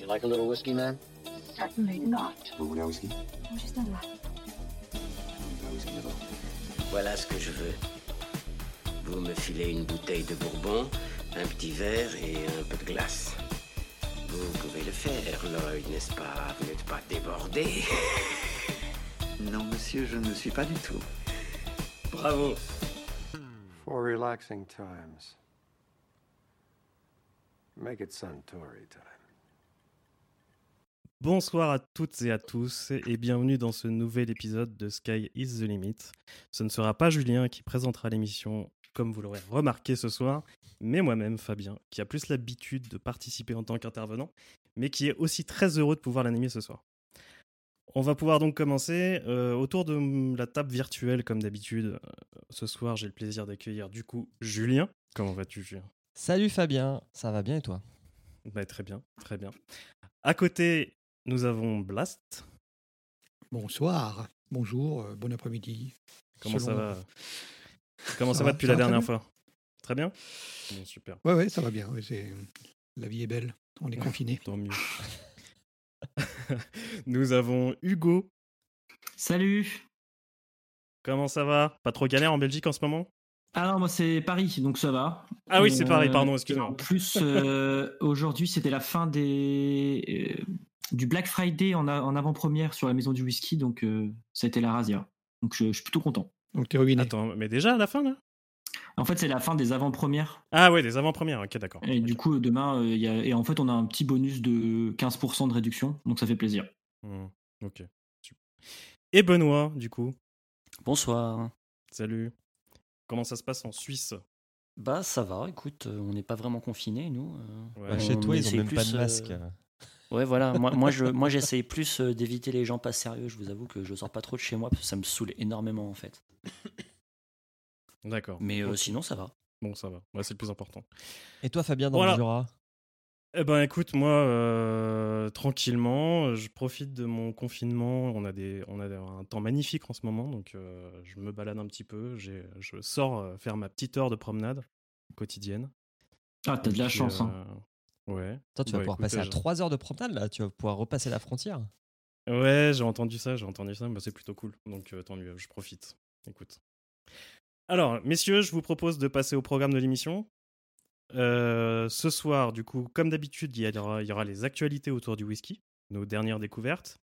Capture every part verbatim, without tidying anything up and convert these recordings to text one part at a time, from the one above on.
like a little whiskey, man? Certainly not. Vous voulez un whisky? Juste un là. Un whisky d'abord. Voilà ce que je veux. Vous me filez une bouteille de bourbon, un petit verre et un peu de glace. Vous pouvez le faire, Lloyd, n'est-ce pas? Vous n'êtes pas débordé? Non, monsieur, je ne le suis pas du tout. Bravo. For relaxing times. Make it Suntory time. Bonsoir à toutes et à tous et bienvenue dans ce nouvel épisode de Sky is the Limit. Ce ne sera pas Julien qui présentera l'émission comme vous l'aurez remarqué ce soir, mais moi-même Fabien qui a plus l'habitude de participer en tant qu'intervenant, mais qui est aussi très heureux de pouvoir l'animer ce soir. On va pouvoir donc commencer euh, autour de la table virtuelle comme d'habitude. Euh, ce soir j'ai le plaisir d'accueillir du coup Julien. Comment vas-tu Julien ? Salut Fabien, ça va bien et toi ? Bah, très bien, très bien. À côté, nous avons Blast. Bonsoir, bonjour, euh, bon après-midi. Comment Selon- ça va Comment ça, Ça va va, depuis ça la va très dernière bien. fois ? Très bien ? Bon, super, Ouais, ouais, ça va bien. Ouais, c'est... La vie est belle, on est confinés. tant mieux. Nous avons Hugo. Salut. Comment ça va ? Pas trop galère en Belgique en ce moment ? Ah non, moi c'est Paris, donc ça va. Ah oui, c'est Euh, pareil, pardon, et excuse-moi. En plus, euh, aujourd'hui, c'était la fin des euh, du Black Friday en, a- en avant-première sur la Maison du Whisky, donc euh, ça a été la razzia. Donc je, je suis plutôt content. Donc t'es ruiné. Attends, mais déjà à la fin là ? En fait, c'est la fin des avant-premières. Ah ouais, des avant-premières, ok, d'accord. Et du coup, demain, euh, il y a, et en fait, on a un petit bonus de quinze pour cent de réduction, donc ça fait plaisir. Hmm, ok, super. Et Benoît, du coup. Bonsoir. Salut. Comment ça se passe en Suisse ? Bah ça va, écoute, euh, on n'est pas vraiment confinés, nous. euh, Ouais. Bah, on chez toi, ils ont essaye même pas plus, de euh, masque. Ouais, voilà, moi, moi, je, moi j'essaye plus euh, d'éviter les gens pas sérieux, je vous avoue que je sors pas trop de chez moi, parce que ça me saoule énormément en fait. D'accord. Mais euh, Ok. sinon ça va. Bon, ça va. Ouais, c'est le plus important. Et toi Fabien, dans Voilà. le Jura ? Eh ben écoute, moi, euh, tranquillement, je profite de mon confinement. On a, des, on a un temps magnifique en ce moment, donc euh, je me balade un petit peu. J'ai, je sors euh, faire ma petite heure de promenade quotidienne. Ah, t'as Et de la puis, chance. euh, hein. Ouais. Toi, tu vas Bah, pouvoir écoute, passer à je- trois heures de promenade là, tu vas pouvoir repasser la frontière. Ouais, j'ai entendu ça, j'ai entendu ça, bah, c'est plutôt cool. Donc euh, tant mieux, je profite. Écoute. Alors, messieurs, je vous propose de passer au programme de l'émission. Euh, ce soir, du coup, comme d'habitude, il y aura, il y aura les actualités autour du whisky, nos dernières découvertes,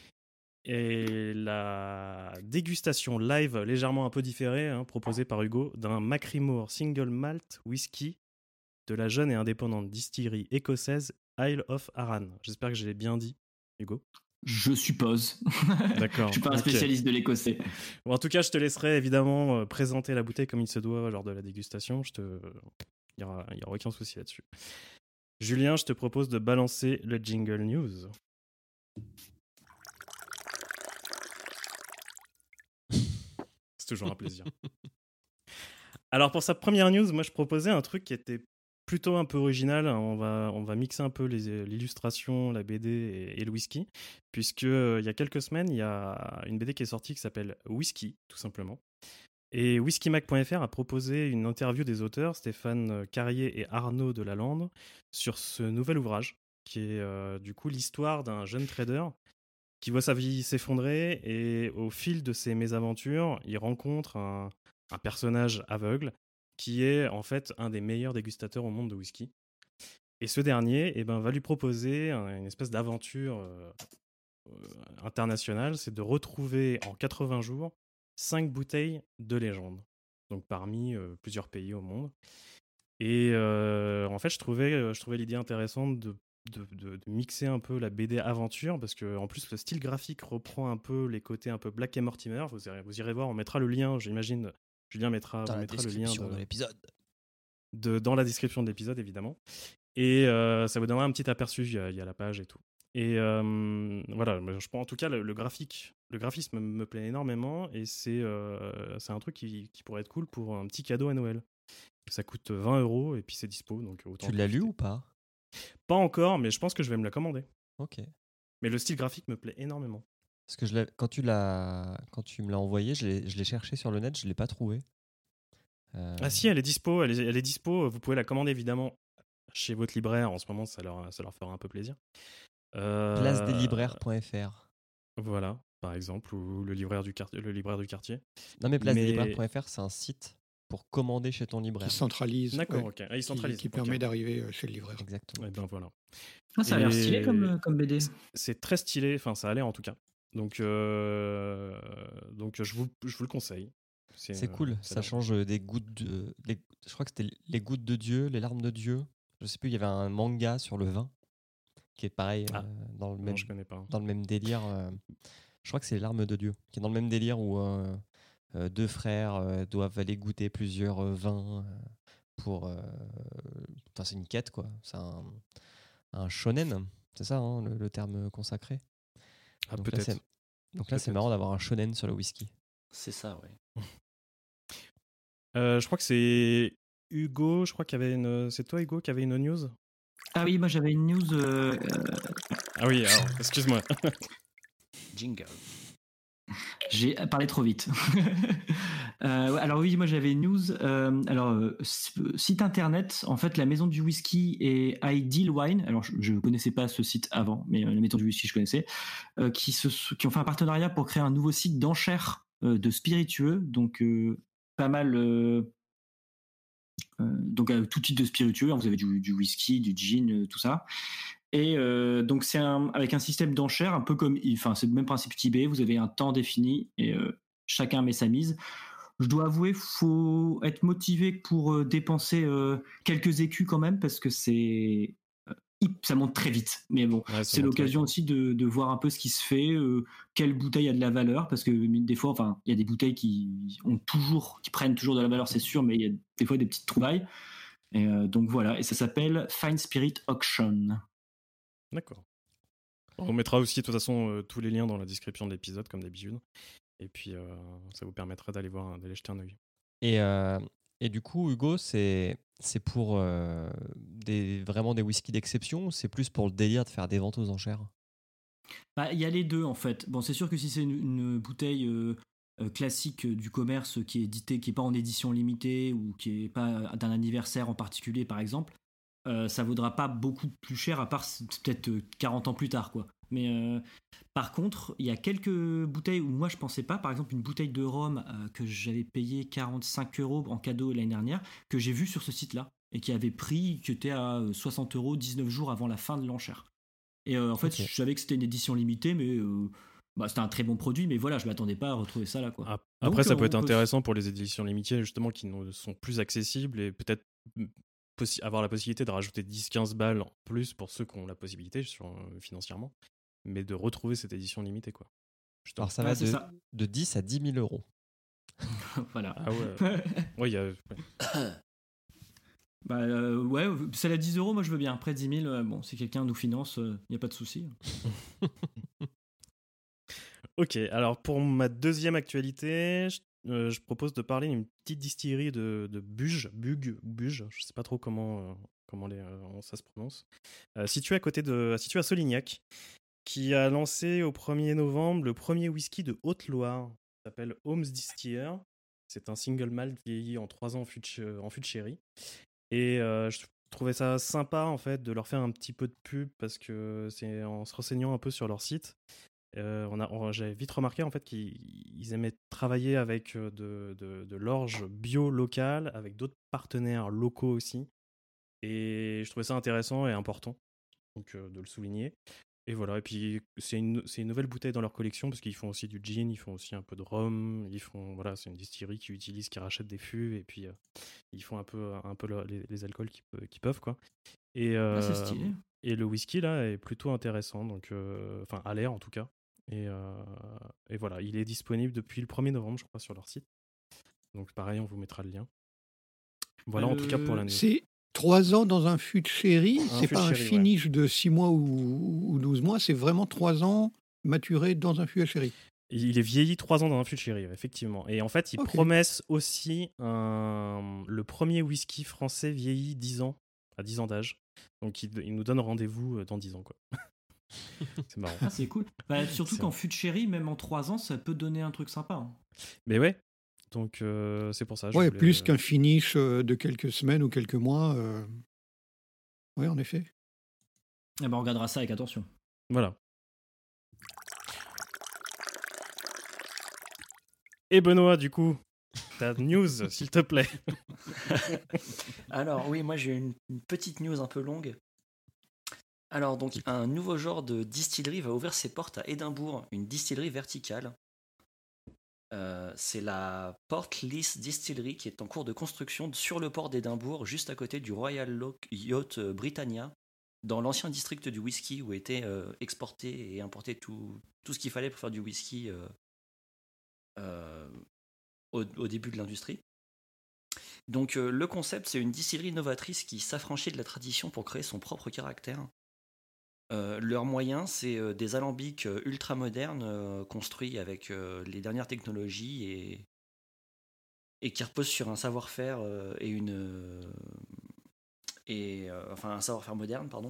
et la dégustation live légèrement un peu différée, hein, proposée par Hugo, d'un Macklemore Single Malt Whisky de la jeune et indépendante distillerie écossaise Isle of Arran. J'espère que j'ai bien dit, Hugo. Je suppose. D'accord. Je suis pas un ok. spécialiste de l'écossais. Bon, en tout cas, je te laisserai évidemment euh, présenter la bouteille comme il se doit lors de la dégustation. Je te... Il n'y aura, il y aura aucun souci là-dessus. Julien, je te propose de balancer le jingle news. C'est toujours un plaisir. Alors, pour sa première news, moi, je proposais un truc qui était plutôt un peu original. On va, on va mixer un peu les, l'illustration, la B D et, et le whisky. Puisque euh, il y a quelques semaines, il y a une B D qui est sortie qui s'appelle Whisky, tout simplement. Et whisky mac point f r a proposé une interview des auteurs, Stéphane Carrier et Arnaud Delalande, sur ce nouvel ouvrage, qui est euh, du coup l'histoire d'un jeune trader qui voit sa vie s'effondrer et au fil de ses mésaventures, il rencontre un, un personnage aveugle qui est en fait un des meilleurs dégustateurs au monde de whisky. Et ce dernier eh ben, va lui proposer un- une espèce d'aventure euh, euh, internationale, c'est de retrouver en quatre-vingts jours cinq bouteilles de légende, donc parmi euh, plusieurs pays au monde. Et euh, en fait, je trouvais, euh, je trouvais l'idée intéressante de, de, de- de mixer un peu la B D aventure, parce que en plus le style graphique reprend un peu les côtés un peu Black et Mortimer. Vous irez, vous irez voir, on mettra le lien, j'imagine. Julien mettra, Dans vous la mettra le lien description de, de l'épisode. de- dans la description de l'épisode, évidemment. Et euh, ça vous donnera un petit aperçu, il y a, il y a la page et tout. Et euh, voilà, mais je pense en tout cas le, le graphique, le graphisme me plaît énormément et c'est euh, c'est un truc qui, qui pourrait être cool pour un petit cadeau à Noël. Ça coûte vingt euros et puis c'est dispo, donc autant. Tu l'as lu profiter. ou pas ? Pas encore, mais je pense que je vais me la commander. Ok. Mais le style graphique me plaît énormément. Parce que je l'ai- quand, tu l'as... quand tu me l'as envoyé, je l'ai, je l'ai cherché sur le net, je ne l'ai pas trouvé. Euh, Ah si, elle est dispo, elle est, elle est dispo. Vous pouvez la commander évidemment chez votre libraire. En ce moment, ça leur, ça leur fera un peu plaisir. Euh, place des libraires point f r. Voilà, par exemple, ou le libraire du, quart- le libraire du quartier. Non, mais place des Mais- libraires point f r, c'est un site pour commander chez ton libraire. Qui centralise. D'accord, ouais, ok. Ah, ils qui- centralisent. Qui, ok. permet d'arriver euh, chez le libraire. Exactement. Et ben voilà. Ah, ça a l'air stylé Et- comme, comme B D. C'est très stylé, enfin ça a l'air en tout cas. Donc, euh, donc je, vous, je vous le conseille. C'est euh, cool, ça a ça l'air- change des gouttes de. les- je crois que c'était les gouttes de Dieu, les larmes de Dieu. Je sais plus, il y avait un manga sur le vin qui est pareil Ah, euh, dans, le Non, même, je connais pas. dans le même délire. euh, je crois que c'est les larmes de Dieu qui est dans le même délire où euh, euh, deux frères euh, doivent aller goûter plusieurs euh, vins euh, pour. euh, Enfin, c'est une quête quoi. C'est un, un shonen, c'est ça hein, le, le terme consacré. Ah, Donc là, peut-être. c'est- Donc là, c'est Peut-être. marrant d'avoir un shonen sur le whisky. C'est ça, ouais. Euh, je crois que c'est Hugo, je crois qu'il y avait une. C'est toi, Hugo, qui avait une news. Ah oui, moi j'avais une news. euh, euh, Ah oui, alors, excuse-moi. Jingle. J'ai parlé trop vite. Euh, ouais, alors oui, moi j'avais une news. euh, alors euh, s- site internet, en fait, la maison du whisky et Ideal Wine. Alors je ne connaissais pas ce site avant, mais euh, la maison du whisky je connaissais, euh, qui se qui ont fait un partenariat pour créer un nouveau site d'enchères euh, de spiritueux. Donc euh, pas mal. euh, euh, donc avec tout type de spiritueux. Hein, vous avez du, du whisky, du gin, euh, tout ça. Et euh, donc c'est un, avec un système d'enchères un peu comme, enfin c'est le même principe qu'eBay. Vous avez un temps défini et euh, chacun met sa mise. Je dois avouer, faut être motivé pour euh, dépenser euh, quelques écus quand même parce que c'est euh, hip- ça monte très vite. Mais bon, Ouais, ça c'est monte l'occasion très aussi de, de voir un peu ce qui se fait, euh, quelle bouteille a de la valeur parce que des fois, enfin, il y a des bouteilles qui ont toujours, qui prennent toujours de la valeur, c'est sûr, mais il y a des fois des petites trouvailles. Et euh, donc voilà, et ça s'appelle Fine Spirit Auction. D'accord. On mettra aussi de toute façon euh, tous les liens dans la description de l'épisode, comme d'habitude. Et puis, euh, ça vous permettra d'aller voir, d'aller jeter un œil. Et, euh, et du coup, Hugo, c'est c'est pour euh, des, vraiment des whiskies d'exception ou c'est plus pour le délire de faire des ventes aux enchères? Bah, il y a les deux en fait. Bon, c'est sûr que si c'est une, une bouteille euh, euh, classique du commerce qui est éditée, qui est pas en édition limitée ou qui est pas d'un anniversaire en particulier, par exemple, euh, ça vaudra pas beaucoup plus cher, à part c'est peut-être euh, quarante ans plus tard, quoi. Mais euh, par contre, il y a quelques bouteilles où moi je pensais pas. Par exemple, une bouteille de rhum euh, que j'avais payé quarante-cinq euros en cadeau l'année dernière, que j'ai vu sur ce site-là et qui avait pris, qui était à euh, soixante euros dix-neuf jours avant la fin de l'enchère. Et euh, en fait, Ok. je savais que c'était une édition limitée, mais euh, bah, c'était un très bon produit. Mais voilà, je m'attendais pas à retrouver ça là, quoi. Ap- Donc, Après, ça euh, peut être on peut- intéressant pour les éditions limitées, justement, qui nous sont plus accessibles et peut-être mm, possi- avoir la possibilité de rajouter dix quinze balles en plus pour ceux qui ont la possibilité sur, euh, financièrement, mais de retrouver cette édition limitée, quoi. Justement. Alors ça Ouais, va c'est de, ça. de dix à dix mille euros. Voilà. Ah ouais. Ouais, il y a. ouais. Bah euh, ouais, celle à dix euros, moi je veux bien. Après dix mille, euh, bon, si quelqu'un nous finance, il n'y a pas de souci. Ok, alors pour ma deuxième actualité, je, euh, je propose de parler d'une petite distillerie de, de Buge, Bug, ou Buge, je sais pas trop comment, euh, comment les, euh, ça se prononce, euh, située à côté de, située à Solignac, qui a lancé au premier novembre le premier whisky de Haute-Loire, qui s'appelle Holmes Distiller. C'est un single malt vieilli en trois ans en fût de, ch- en fût de sherry. Et euh, je trouvais ça sympa en fait de leur faire un petit peu de pub parce que c'est en se renseignant un peu sur leur site. Euh, on a, on- j'avais vite remarqué en fait qu'ils ils aimaient travailler avec euh, de, de, de l'orge bio locale, avec d'autres partenaires locaux aussi. Et je trouvais ça intéressant et important donc, euh, de le souligner. Et voilà, et puis c'est une, c'est une nouvelle bouteille dans leur collection parce qu'ils font aussi du gin, ils font aussi un peu de rhum, ils font, voilà, c'est une distillerie qui utilise, qui rachète des fûts et puis euh, ils font un peu, un peu le- les, les alcools qu'ils, pe- qu'ils peuvent, quoi. Et, Ah, c'est euh, stylé. et le whisky là est plutôt intéressant, donc euh, enfin à l'air en tout cas. Et, euh, et voilà, il est disponible depuis le premier novembre, je crois, sur leur site. Donc pareil, on vous mettra le lien. Voilà, en tout cas pour la news. C'est trois ans dans un fût de sherry. Un C'est fût de pas un sherry, ouais. finish de six mois ou, ou douze mois. C'est vraiment trois ans maturé dans un fût à sherry. Il est vieilli trois ans dans un fût de sherry, effectivement. Et en fait, ils Ok. promettent aussi un- le premier whisky français vieilli dix ans, à dix ans d'âge. Donc ils, ils nous donnent rendez-vous dans dix ans, quoi. C'est marrant. Ah, c'est cool. Bah, surtout C'est qu'en vrai. fût de sherry, même en trois ans, ça peut donner un truc sympa. Hein. Mais ouais, donc euh, c'est pour ça. je Ouais, voulais, plus euh, qu'un finish euh, de quelques semaines ou quelques mois. euh, Oui, en effet. Eh ben, on regardera ça avec attention. Voilà. Et Benoît, du coup, ta news, s'il te plaît. Alors oui, moi j'ai une, une petite news un peu longue. Alors donc un nouveau genre de distillerie va ouvrir ses portes à Édimbourg, une distillerie verticale. Euh, c'est la Portlees Distillery qui est en cours de construction sur le port d'Édimbourg, juste à côté du Royal Lo- Yacht Britannia, dans l'ancien district du whisky où était euh, exporté et importé tout, tout ce qu'il fallait pour faire du whisky euh, euh, au, au début de l'industrie. Donc euh, le concept, c'est une distillerie novatrice qui s'affranchit de la tradition pour créer son propre caractère. Euh, leur moyen, c'est euh, des alambics euh, ultra modernes euh, construits avec euh, les dernières technologies et, et qui reposent sur un savoir-faire euh, et une euh, et euh, enfin un savoir-faire moderne, pardon.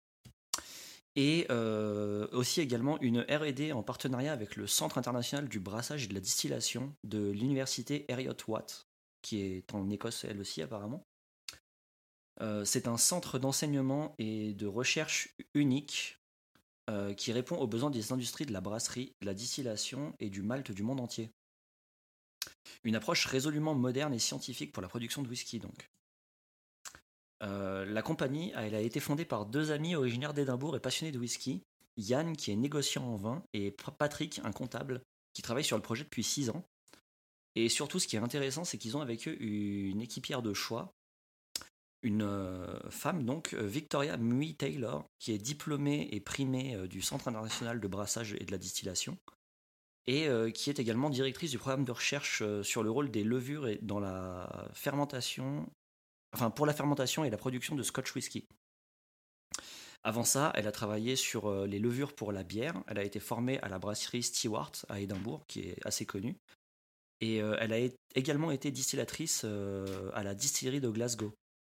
Et euh, aussi également une R et D en partenariat avec le Centre international du brassage et de la distillation de l'université Heriot-Watt, qui est en Écosse elle aussi apparemment. Euh, c'est un centre d'enseignement et de recherche unique euh, qui répond aux besoins des industries de la brasserie, de la distillation et du malt du monde entier. Une approche résolument moderne et scientifique pour la production de whisky donc. Euh, la compagnie elle a été fondée par deux amis originaires d'Édimbourg et passionnés de whisky, Yann qui est négociant en vin et Patrick, un comptable, qui travaille sur le projet depuis six ans. Et surtout ce qui est intéressant, c'est qu'ils ont avec eux une équipière de choix, une euh, femme donc, Victoria Mui Taylor, qui est diplômée et primée euh, du Centre international de brassage et de la distillation, et euh, qui est également directrice du programme de recherche euh, sur le rôle des levures et dans la fermentation, enfin pour la fermentation et la production de Scotch whisky. Avant ça, elle a travaillé sur euh, les levures pour la bière. Elle a été formée à la brasserie Stewart à Édimbourg, qui est assez connue, et euh, elle a é- également été distillatrice euh, à la distillerie de Glasgow.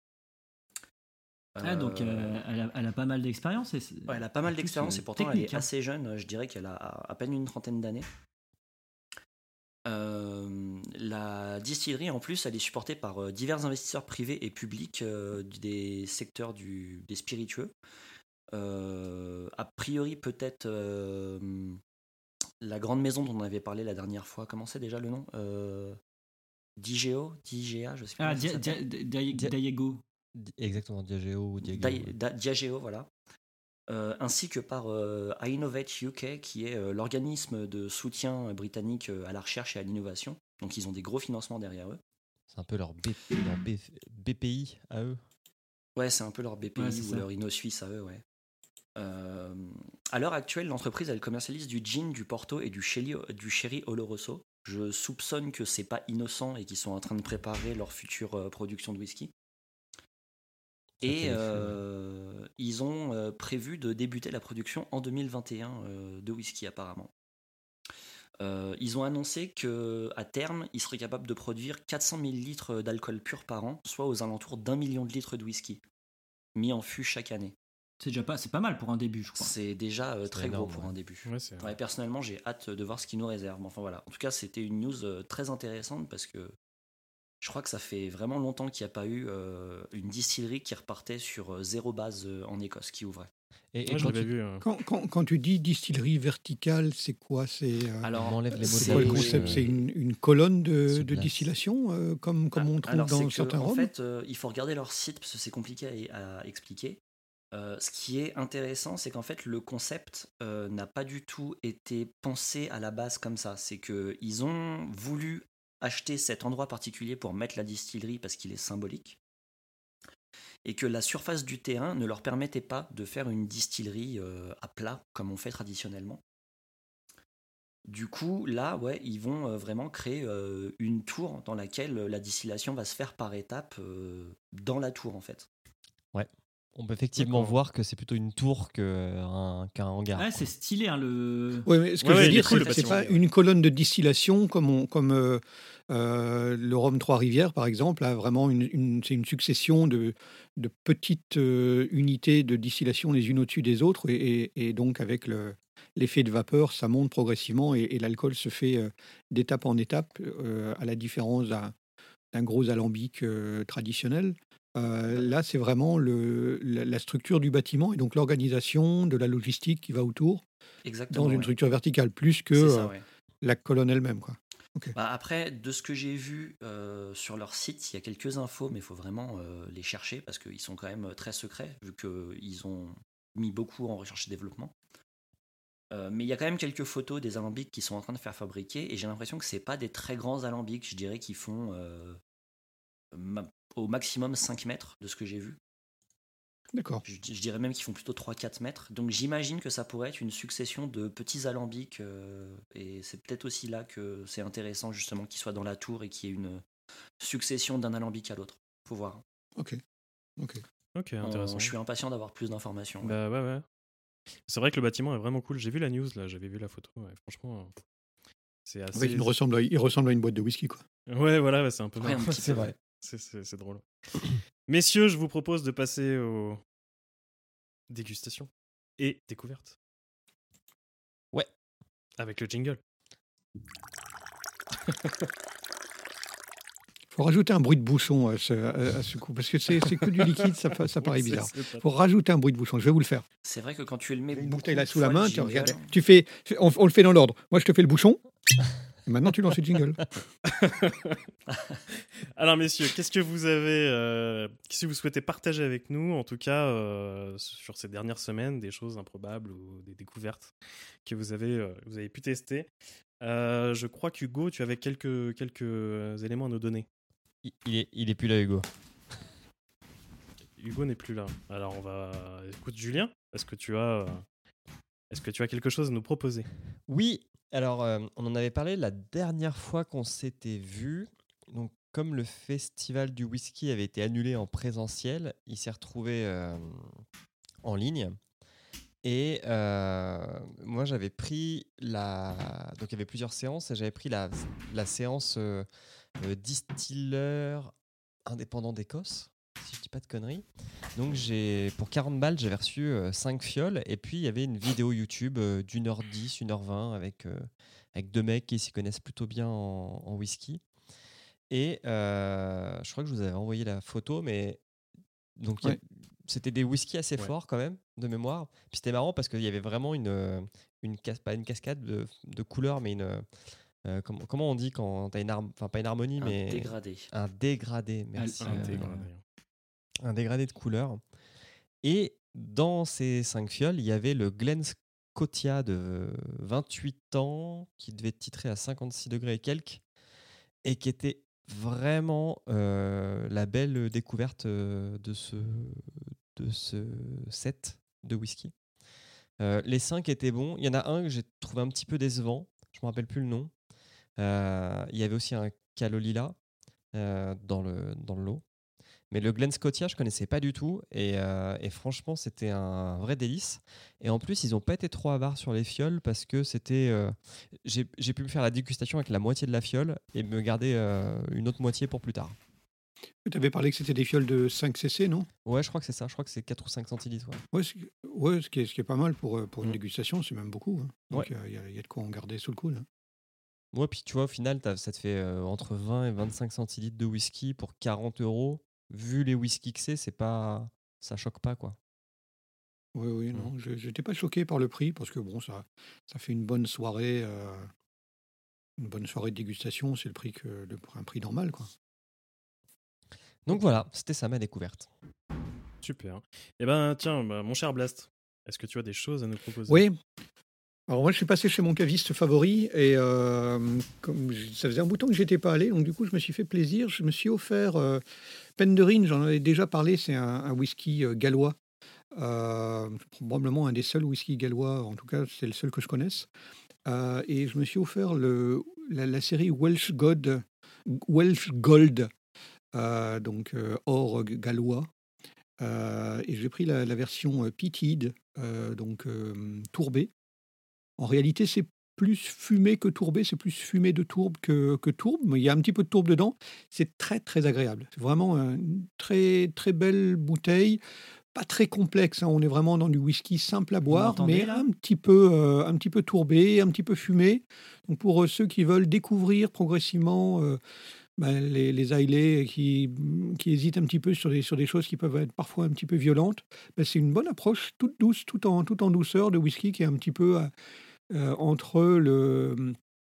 Ah, donc euh, elle, a, elle a pas mal d'expérience. Et c'est- Ouais, elle a pas mal en plus, d'expérience euh, et pourtant technique, elle est hein. assez jeune. Je dirais qu'elle a à, à peine une trentaine d'années. Euh, la distillerie en plus elle est supportée par euh, divers investisseurs privés et publics euh, des secteurs du, des spiritueux. Euh, a priori peut-être euh, la grande maison dont on avait parlé la dernière fois. Comment c'est déjà le nom euh, Digeo, Digea, je sais pas. Ah, comment ça Dia- Dia- s'appelle. Dia- Dia- Diageo. Di- Exactement, Diageo ou Diageo. Di- ouais. Da- Diageo, voilà. Euh, ainsi que par euh, Innovate U K, qui est euh, l'organisme de soutien britannique euh, à la recherche et à l'innovation. Donc ils ont des gros financements derrière eux. C'est un peu leur, B, leur B- B P I à eux. Ouais, c'est un peu leur B P I Ouais, c'est ou ça. leur Inno Suisse à eux, ouais. Euh, à l'heure actuelle, l'entreprise elle commercialise du gin, du porto et du sherry, du sherry Oloroso. Je soupçonne que c'est pas innocent et qu'ils sont en train de préparer leur future euh, production de whisky. Ça Et fait les fous, euh, ils ont euh, prévu de débuter la production en deux mille vingt et un euh, de whisky apparemment. Euh, ils ont annoncé qu'à terme, ils seraient capables de produire quatre cent mille litres d'alcool pur par an, soit aux alentours d'un million de litres de whisky, mis en fût chaque année. C'est déjà pas, c'est pas mal pour un début, je crois. C'est déjà euh, C'est très énorme, gros pour ouais. un début. Ouais, c'est- Ouais, personnellement, j'ai hâte de voir ce qu'ils nous réservent. Enfin voilà. En tout cas, c'était une news euh, très intéressante parce que je crois que ça fait vraiment longtemps qu'il n'y a pas eu euh, une distillerie qui repartait sur euh, zéro base euh, en Écosse qui ouvrait. Et, et Ouais, je quand, l'avais tu, vu. euh. Quand, quand- quand tu dis distillerie verticale, c'est quoi? C'est euh, Alors, on enlève les mots c'est de quoi le bouche, concept? euh, C'est une, une colonne de, sous de glace. distillation, euh, comme, comme on trouve alors, dans c'est que, certains en rhums? fait, euh, il faut regarder leur site parce que c'est compliqué à, à expliquer. Euh, ce qui est intéressant, c'est qu'en fait, le concept euh, n'a pas du tout été pensé à la base comme ça. C'est qu'ils ont voulu acheter cet endroit particulier pour mettre la distillerie parce qu'il est symbolique. Et que la surface du terrain ne leur permettait pas de faire une distillerie euh, à plat comme on fait traditionnellement. Du coup, là, ouais, ils vont euh, vraiment créer euh, une tour dans laquelle la distillation va se faire par étapes euh, dans la tour en fait. Ouais. On peut effectivement D'accord. voir que c'est plutôt une tour qu'un qu'un hangar. Ah, quoi. c'est stylé, hein, le. Oui, mais ce que Ouais, je ouais, veux il est dire, cool, c'est le c'est bâtiment, pas ouais. une colonne de distillation comme, on- comme euh, euh, le rhum Trois-Rivières, par exemple, a vraiment une, une- c'est une succession de, de petites euh, unités de distillation les unes au-dessus des autres, et, et- et donc avec le- l'effet de vapeur, ça monte progressivement, et, et l'alcool se fait euh, d'étape en étape, euh, à la différence d'un d'un gros alambic euh, traditionnel. Euh, là, c'est vraiment le, la, la structure du bâtiment et donc l'organisation de la logistique qui va autour Exactement. dans une ouais. structure verticale, plus que C'est ça, euh, ouais. la colonne elle-même, quoi. Ok. Bah, après, de ce que j'ai vu euh, sur leur site, il y a quelques infos, mais il faut vraiment euh, les chercher parce qu'ils sont quand même très secrets, vu qu'ils ont mis beaucoup en recherche et développement. Euh, mais il y a quand même quelques photos des alambics qui sont en train de faire fabriquer, et j'ai l'impression que c'est pas des très grands alambics, je dirais qu'ils font euh, ma- au maximum cinq mètres de ce que j'ai vu. D'accord. Je, je dirais même qu'ils font plutôt trois quatre mètres. Donc j'imagine que ça pourrait être une succession de petits alambics. euh, et c'est peut-être aussi là que c'est intéressant justement qu'ils soient dans la tour et qu'il y ait une succession d'un alambic à l'autre. Faut voir. Ok. Ok. Ok, On- intéressant. je suis impatient d'avoir plus d'informations. ouais. Bah ouais, ouais. C'est vrai que le bâtiment est vraiment cool. J'ai vu la news, là, j'avais vu la photo. Ouais, franchement, euh, c'est En assez. fait, il ressemble à, il ressemble à une boîte de whisky, quoi. Ouais, voilà, ouais, c'est un peu Ouais, un marrant. petit C'est peu, vrai. ouais. C'est- C'est c'est drôle. Messieurs, je vous propose de passer aux dégustations et découvertes. Ouais. Avec le jingle. Faut rajouter un bruit de bouchon à ce, à, à ce coup, parce que c'est c'est que du liquide, ça, fa- ça paraît C'est- bizarre. c'est pas- Faut rajouter un bruit de bouchon. Je vais vous le faire. C'est vrai que quand tu le mets J'ai une beaucoup bouteille là de sous la fois, le main, tu jingle- regardes. Tu fais, on, on le fait dans l'ordre. Moi, je te fais le bouchon. Et maintenant, tu lances le jingle. Alors, messieurs, qu'est-ce que vous avez, euh, qu'est-ce que vous souhaitez partager avec nous, en tout cas, euh, sur ces dernières semaines, des choses improbables ou des découvertes que vous avez, euh, vous avez pu tester. Euh, je crois qu'Hugo, tu avais quelques, quelques éléments à nous donner. Il, il est, il est plus là, Hugo. Hugo n'est plus là. Alors, on va. Écoute, Julien, est-ce que tu as, euh, est-ce que tu as quelque chose à nous proposer? Oui, alors euh, on en avait parlé la dernière fois qu'on s'était vu. Donc, comme le festival du whisky avait été annulé en présentiel, il s'est retrouvé euh, en ligne. Et euh, moi, j'avais pris la. Donc, il y avait plusieurs séances et j'avais pris la, la séance euh, euh, distilleur indépendant d'Écosse, si je dis pas de conneries. Donc, j'ai, pour quarante balles, j'avais reçu euh, cinq fioles. Et puis, il y avait une vidéo YouTube euh, d'une heure dix, une heure vingt avec, euh, avec deux mecs qui s'y connaissent plutôt bien en, en whisky. Et euh, je crois que je vous avais envoyé la photo, mais donc il y a- Ouais. c'était des whiskies assez Ouais. forts quand même, de mémoire. Puis c'était marrant parce qu'il y avait vraiment une, euh, une cas- pas une cascade de, de couleurs, mais une. euh, comment, comment on dit quand t'as une arme, enfin pas une harmonie, Un mais dégradé. un dégradé. Merci. Un euh, dégradé. un dégradé de couleurs. Et dans ces cinq fioles, il y avait le Glen Scotia de vingt-huit ans qui devait titrer à cinquante-six degrés et quelques et qui était vraiment euh, la belle découverte euh, de ce, de ce set de whisky. Euh, les cinq étaient bons. Il y en a un que j'ai trouvé un petit peu décevant. Je ne me rappelle plus le nom. Euh, il y avait aussi un Calolila euh, dans le, dans le lot. Mais le Glen Scotia, je connaissais pas du tout. Et, euh, et franchement, c'était un vrai délice. Et en plus, ils n'ont pas été trop avares sur les fioles parce que c'était. euh, j'ai, j'ai pu me faire la dégustation avec la moitié de la fiole et me garder euh, une autre moitié pour plus tard. Tu avais parlé que c'était des fioles de cinq centilitres, non? Ouais, je crois que c'est ça. Je crois que c'est quatre ou cinq centilitres. Ouais. Ouais, ce, ouais, ce, qui est, ce qui est pas mal pour, euh, pour une Mm. dégustation, c'est même beaucoup. hein. Donc, Ouais. il y, a- y a de quoi en garder sous le coude. hein. Ouais, puis tu vois, au final, t'as- ça te fait euh, entre vingt et vingt-cinq centilitres de whisky pour quarante euros. Vu les whisky que c'est, c'est pas. Ça choque pas, quoi. Oui, oui, Mm. non. Je n'étais pas choqué par le prix parce que bon, ça, ça fait une bonne soirée. euh, une bonne soirée de dégustation, c'est le prix que le, un prix normal, quoi. Donc voilà, c'était ça ma découverte. Super. Eh ben, tiens, bah, mon cher Blast, est-ce que tu as des choses à nous proposer? Oui. Alors moi, je suis passé chez mon caviste favori et euh, comme j- ça faisait un bout de temps que j'étais pas allé, donc du coup, je me suis fait plaisir. Je me suis offert euh, Penderyn, j'en avais déjà parlé, c'est un, un whisky euh, gallois. Euh, probablement un des seuls whisky gallois, en tout cas, c'est le seul que je connaisse. Euh, et je me suis offert le, la, la série Welsh God, Welsh Gold, euh, donc euh, or gallois. Euh, et j'ai pris la, la version euh, peated, euh, donc euh, tourbée. En réalité, c'est plus fumé que tourbé, c'est plus fumé de tourbe que, que tourbe, mais il y a un petit peu de tourbe dedans. C'est très, très agréable. C'est vraiment une très, très belle bouteille, pas très complexe. hein. On est vraiment dans du whisky simple à boire, m'entendez, mais là un petit, peu, euh, un petit peu tourbé, un petit peu fumé. Donc pour euh, ceux qui veulent découvrir progressivement euh, bah, les, les Islay qui, qui hésitent un petit peu sur des, sur des choses qui peuvent être parfois un petit peu violentes, bah, c'est une bonne approche toute douce, tout en, tout en douceur de whisky qui est un petit peu euh, euh, entre le,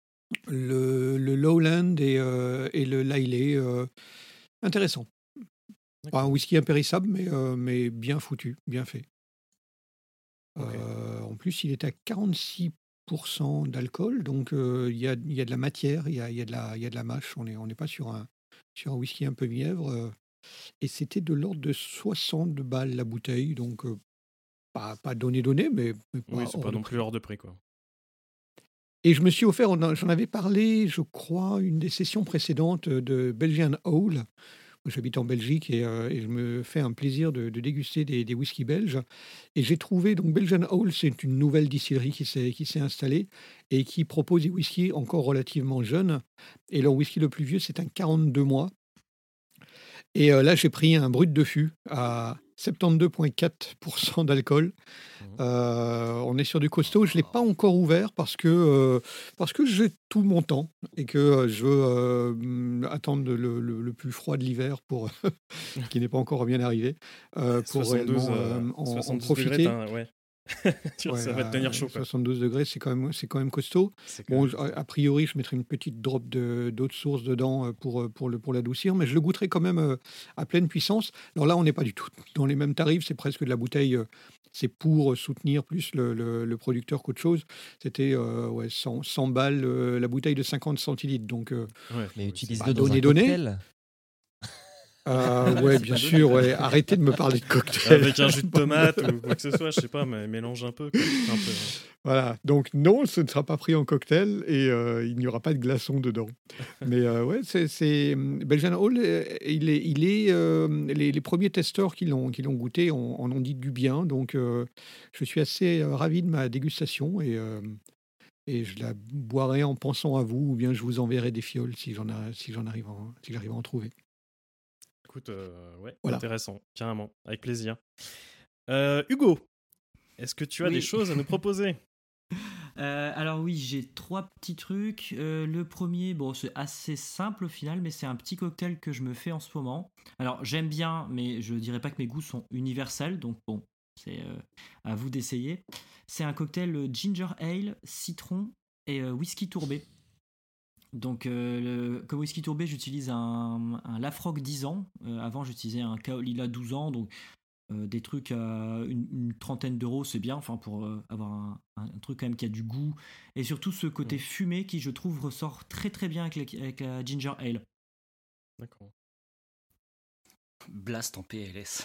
le, le Lowland et, euh, et le l'Islay. Euh, intéressant. Pas un whisky impérissable, mais, euh, mais bien foutu, bien fait. Ok. Euh, en plus, il est à quarante-six pour cent d'alcool, donc euh, il y a, il y a de la matière, il y a, il y a de la, il y a de la mâche. On n'est on n'est pas sur un, sur un whisky un peu mièvre. euh, et c'était de l'ordre de soixante balles la bouteille, donc euh, pas, pas donné donné, mais, mais pas Oui, c'est hors pas de non prix. plus hors de prix, quoi. Et je me suis offert, on en- j'en avais parlé, je crois, une des sessions précédentes de Belgian Owl. Moi, j'habite en Belgique et, euh, et je me fais un plaisir de, de déguster des, des whiskies belges. Et j'ai trouvé, donc Belgian Owl, c'est une nouvelle distillerie qui s'est, qui s'est installée et qui propose des whiskies encore relativement jeunes. Et leur whisky le plus vieux, c'est un quarante-deux mois. Et euh, là, j'ai pris un brut de fût à soixante-douze virgule quatre pour cent d'alcool. Mhm. Euh, on est sur du costaud. Je ne l'ai pas encore ouvert parce que, euh, parce que j'ai tout mon temps et que euh, je veux euh, attendre le, le- le plus froid de l'hiver pour qui n'est pas encore bien arrivé euh, pour soixante-douze, réellement euh, euh, en, en soixante-douze degrés, profiter. t'as un- ouais. Tu vois, Ouais, ça va te à tenir chaud, quoi. soixante-douze degrés, c'est quand même, c'est quand même costaud. C'est quand Bon, même je- costaud. a priori, je mettrai une petite drop de, d'eau de source dedans euh, pour, euh, pour, le, pour l'adoucir, mais je le goûterai quand même euh, à pleine puissance. Alors là, on n'est pas du tout dans les mêmes tarifs, c'est presque de la bouteille, euh, c'est pour soutenir plus le, le- le producteur qu'autre chose. C'était euh, ouais, cent, cent balles euh, la bouteille de cinquante centilitres, donc euh, Ouais, Mais oui, utilise-le bah, dans un donné, donné. cocktail. Euh, Ah, ouais, c'est bien pas donné, sûr, quoi. ouais. Arrêtez de me parler de cocktail. Avec un jus de tomate ou quoi que ce soit, je sais pas, mais mélange un peu, quoi. Un peu, hein. Voilà, donc non, ce ne sera pas pris en cocktail et euh, il n'y aura pas de glaçons dedans. Mais euh, ouais, c'est, c'est Belgian Hall, euh, il est, il est euh, les, les premiers testeurs qui l'ont, qui l'ont goûté en, en ont dit du bien, donc euh, je suis assez euh, ravi de ma dégustation et, euh, et je la boirai en pensant à vous ou bien je vous enverrai des fioles si j'en, a- si j'en arrive, en- si j'arrive à en trouver. Écoute, euh, ouais, Voilà. intéressant, carrément, avec plaisir. Euh, Hugo, est-ce que tu as Oui. des choses à nous proposer? Euh, alors oui, j'ai trois petits trucs. Euh, le premier, bon, c'est assez simple au final, mais c'est un petit cocktail que je me fais en ce moment. Alors j'aime bien, mais je dirais pas que mes goûts sont universels, donc bon, c'est euh, à vous d'essayer. C'est un cocktail euh, ginger ale, citron et euh, whisky tourbé. Donc, euh, le- comme whisky tourbé, j'utilise un, un Lafroig dix ans. Euh, avant, j'utilisais un Kaolila douze ans. Donc, euh, des trucs à une, une trentaine d'euros, c'est bien. Enfin, pour euh, avoir un, un truc quand même qui a du goût. Et surtout, ce côté Mm. fumé qui, je trouve, ressort très très bien avec la, avec la ginger ale. D'accord. Blast en P L S.